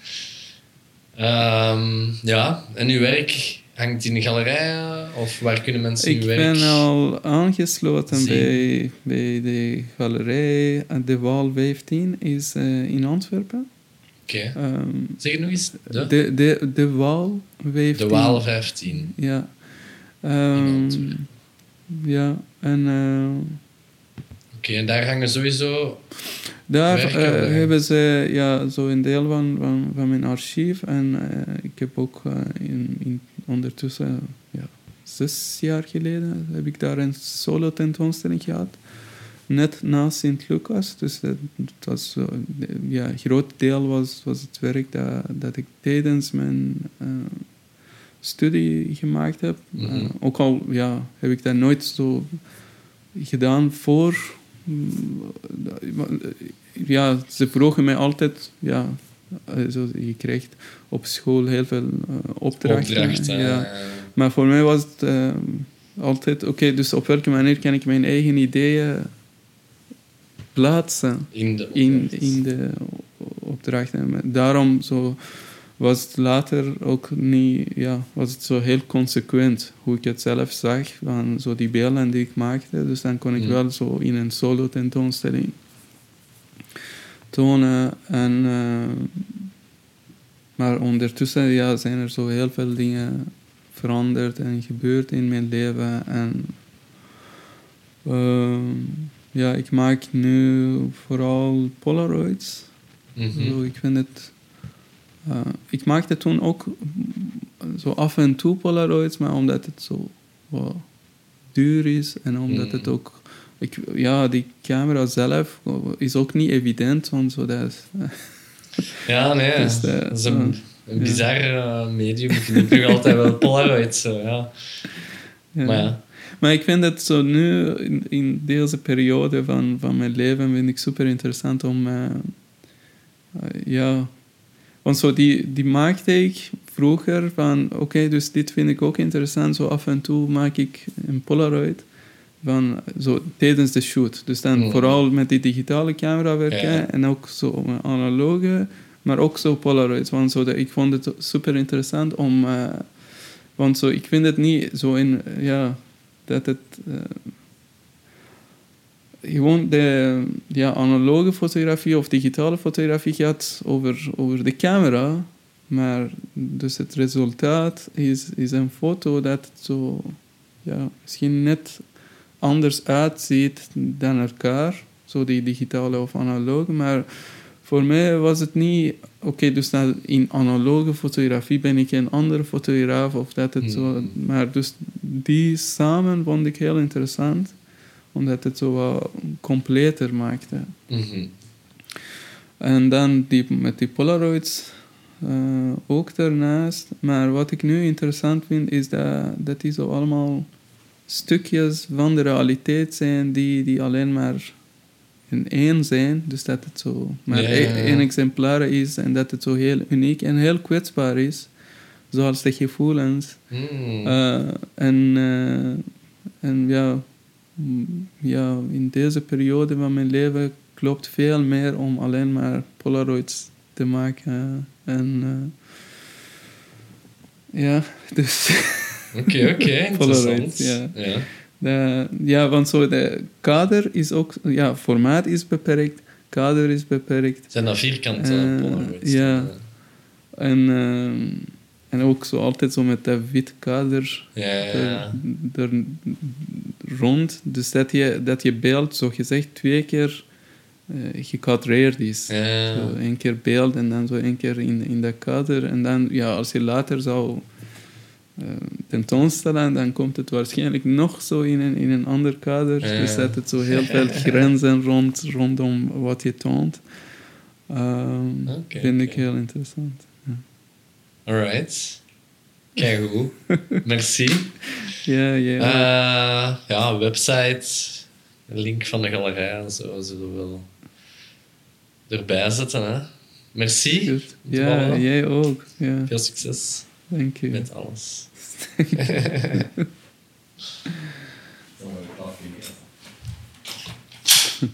Ehm, ja, en uw werk hangt in de galerij, eh, of waar kunnen mensen ik uw werk... ben al aangesloten zien? bij, bij de galerij. De Waal vijftien is eh, in Antwerpen. Oké. Ehm, Zeg het nog eens. De, de, de, de Waal vijftien. de Waal vijftien. Ja. Ehm, Antwerpen. ja, en eh, Oké, en daar hangen sowieso... daar werken, eh, eh. hebben ze ja, zo een deel van, van, van mijn archief. En eh, ik heb ook eh, in, in ondertussen, ja, zes jaar geleden, heb ik daar een solo tentoonstelling gehad. Net na Sint-Lucas. Dus dat, dat was zo, ja, een groot deel was, was het werk dat, dat ik tijdens mijn eh, studie gemaakt heb. Mhm. Eh, ook al ja, heb ik dat nooit zo gedaan voor. mm, Ja, ze vroegen mij altijd. Ja, also, je krijgt op school heel veel uh, opdrachten. Opdrachten. Ja. eh, Maar voor mij was het uh, altijd, oké, okay, dus op welke manier kan ik mijn eigen ideeën plaatsen in de in, opdracht. in de opdrachten. Daarom zo was het later ook niet, ja, was het zo heel consequent hoe ik het zelf zag van zo die beelden die ik maakte. Dus dan kon ik Mm. wel zo in een solo tentoonstelling tonen. En, uh, maar ondertussen ja, zijn er zo heel veel dingen veranderd en gebeurd in mijn leven. En uh, ja, ik maak nu vooral Polaroids. Mhm. Zo, ik vind het... Uh, ik maakte toen ook zo af en toe Polaroids, maar omdat het zo wat duur is en omdat Mm. het ook... Ik, ja, die camera zelf is ook niet evident, want zo dat is... Ja, nee. Dus, uh, dat is een, een ja. bizar uh, medium. Ik vind nog altijd wel Polaroid. Zo, ja. Ja. Maar ja. Maar ik vind het zo nu, in, in deze periode van, van mijn leven, vind ik super interessant om... Uh, uh, ja... Want zo die, die maakte ik vroeger van... Oké, okay, dus dit vind ik ook interessant. Zo af en toe maak ik een Polaroid van, zo, tijdens de shoot. Dus dan Mm. vooral met die digitale camera werken. Ja. En ook zo analoge, maar ook zo Polaroids. Want zo, dat, ik vond het super interessant om... Uh, want zo, ik vind het niet zo in... Ja, dat het... Uh, gewoon de ja, analoge fotografie of digitale fotografie gaat over, over de camera. Maar dus het resultaat is, is een foto dat het zo ja, misschien net anders uitziet dan elkaar. Zo die digitale of analoge. Maar voor mij was het niet... Oké, okay, dus nou, in analoge fotografie ben ik een andere fotograaf. Of dat het Mm. zo, maar dus die samen vond ik heel interessant. Omdat het zo wat completer maakte. Mm-hmm. En dan die, met die Polaroids uh, ook daarnaast. Maar wat ik nu interessant vind, is dat, dat die zo allemaal stukjes van de realiteit zijn die, die alleen maar in één zijn. Dus dat het zo maar Ja, ja, ja. één exemplaar is en dat het zo heel uniek en heel kwetsbaar is. Zoals de gevoelens. Mm. Uh, en, uh, en ja... ja, in deze periode van mijn leven klopt veel meer om alleen maar Polaroids te maken. En uh, ja, dus... Oké, oké, interessant. Ja. Ja. De, ja, want zo de kader is ook... Ja, formaat is beperkt, kader is beperkt. Zijn dat vierkante uh, Polaroids? Ja. En, uh, en ook zo altijd zo met dat wit kader ja, ja, ja. Er, er rond. Dus dat je, dat je beeld, zo gezegd, twee keer uh, gecadreerd is. Ja, ja. Zo één keer beeld en dan zo één keer in, in dat kader. En dan, ja, als je later zou uh, tentoonstellen, dan komt het waarschijnlijk nog zo in een, in een ander kader. Ja. Dus dat het zo heel veel grenzen rond, rondom wat je toont. Um, okay, vind okay. ik heel interessant. Ja. Alright. Kijk goed. Merci. Ja, ja. Uh, ja, website, link van de galerij en zo zullen we wel erbij zetten. Hè? Merci. Goed. Ja, jij ook. Ja. Veel succes. Dank je. Met alles.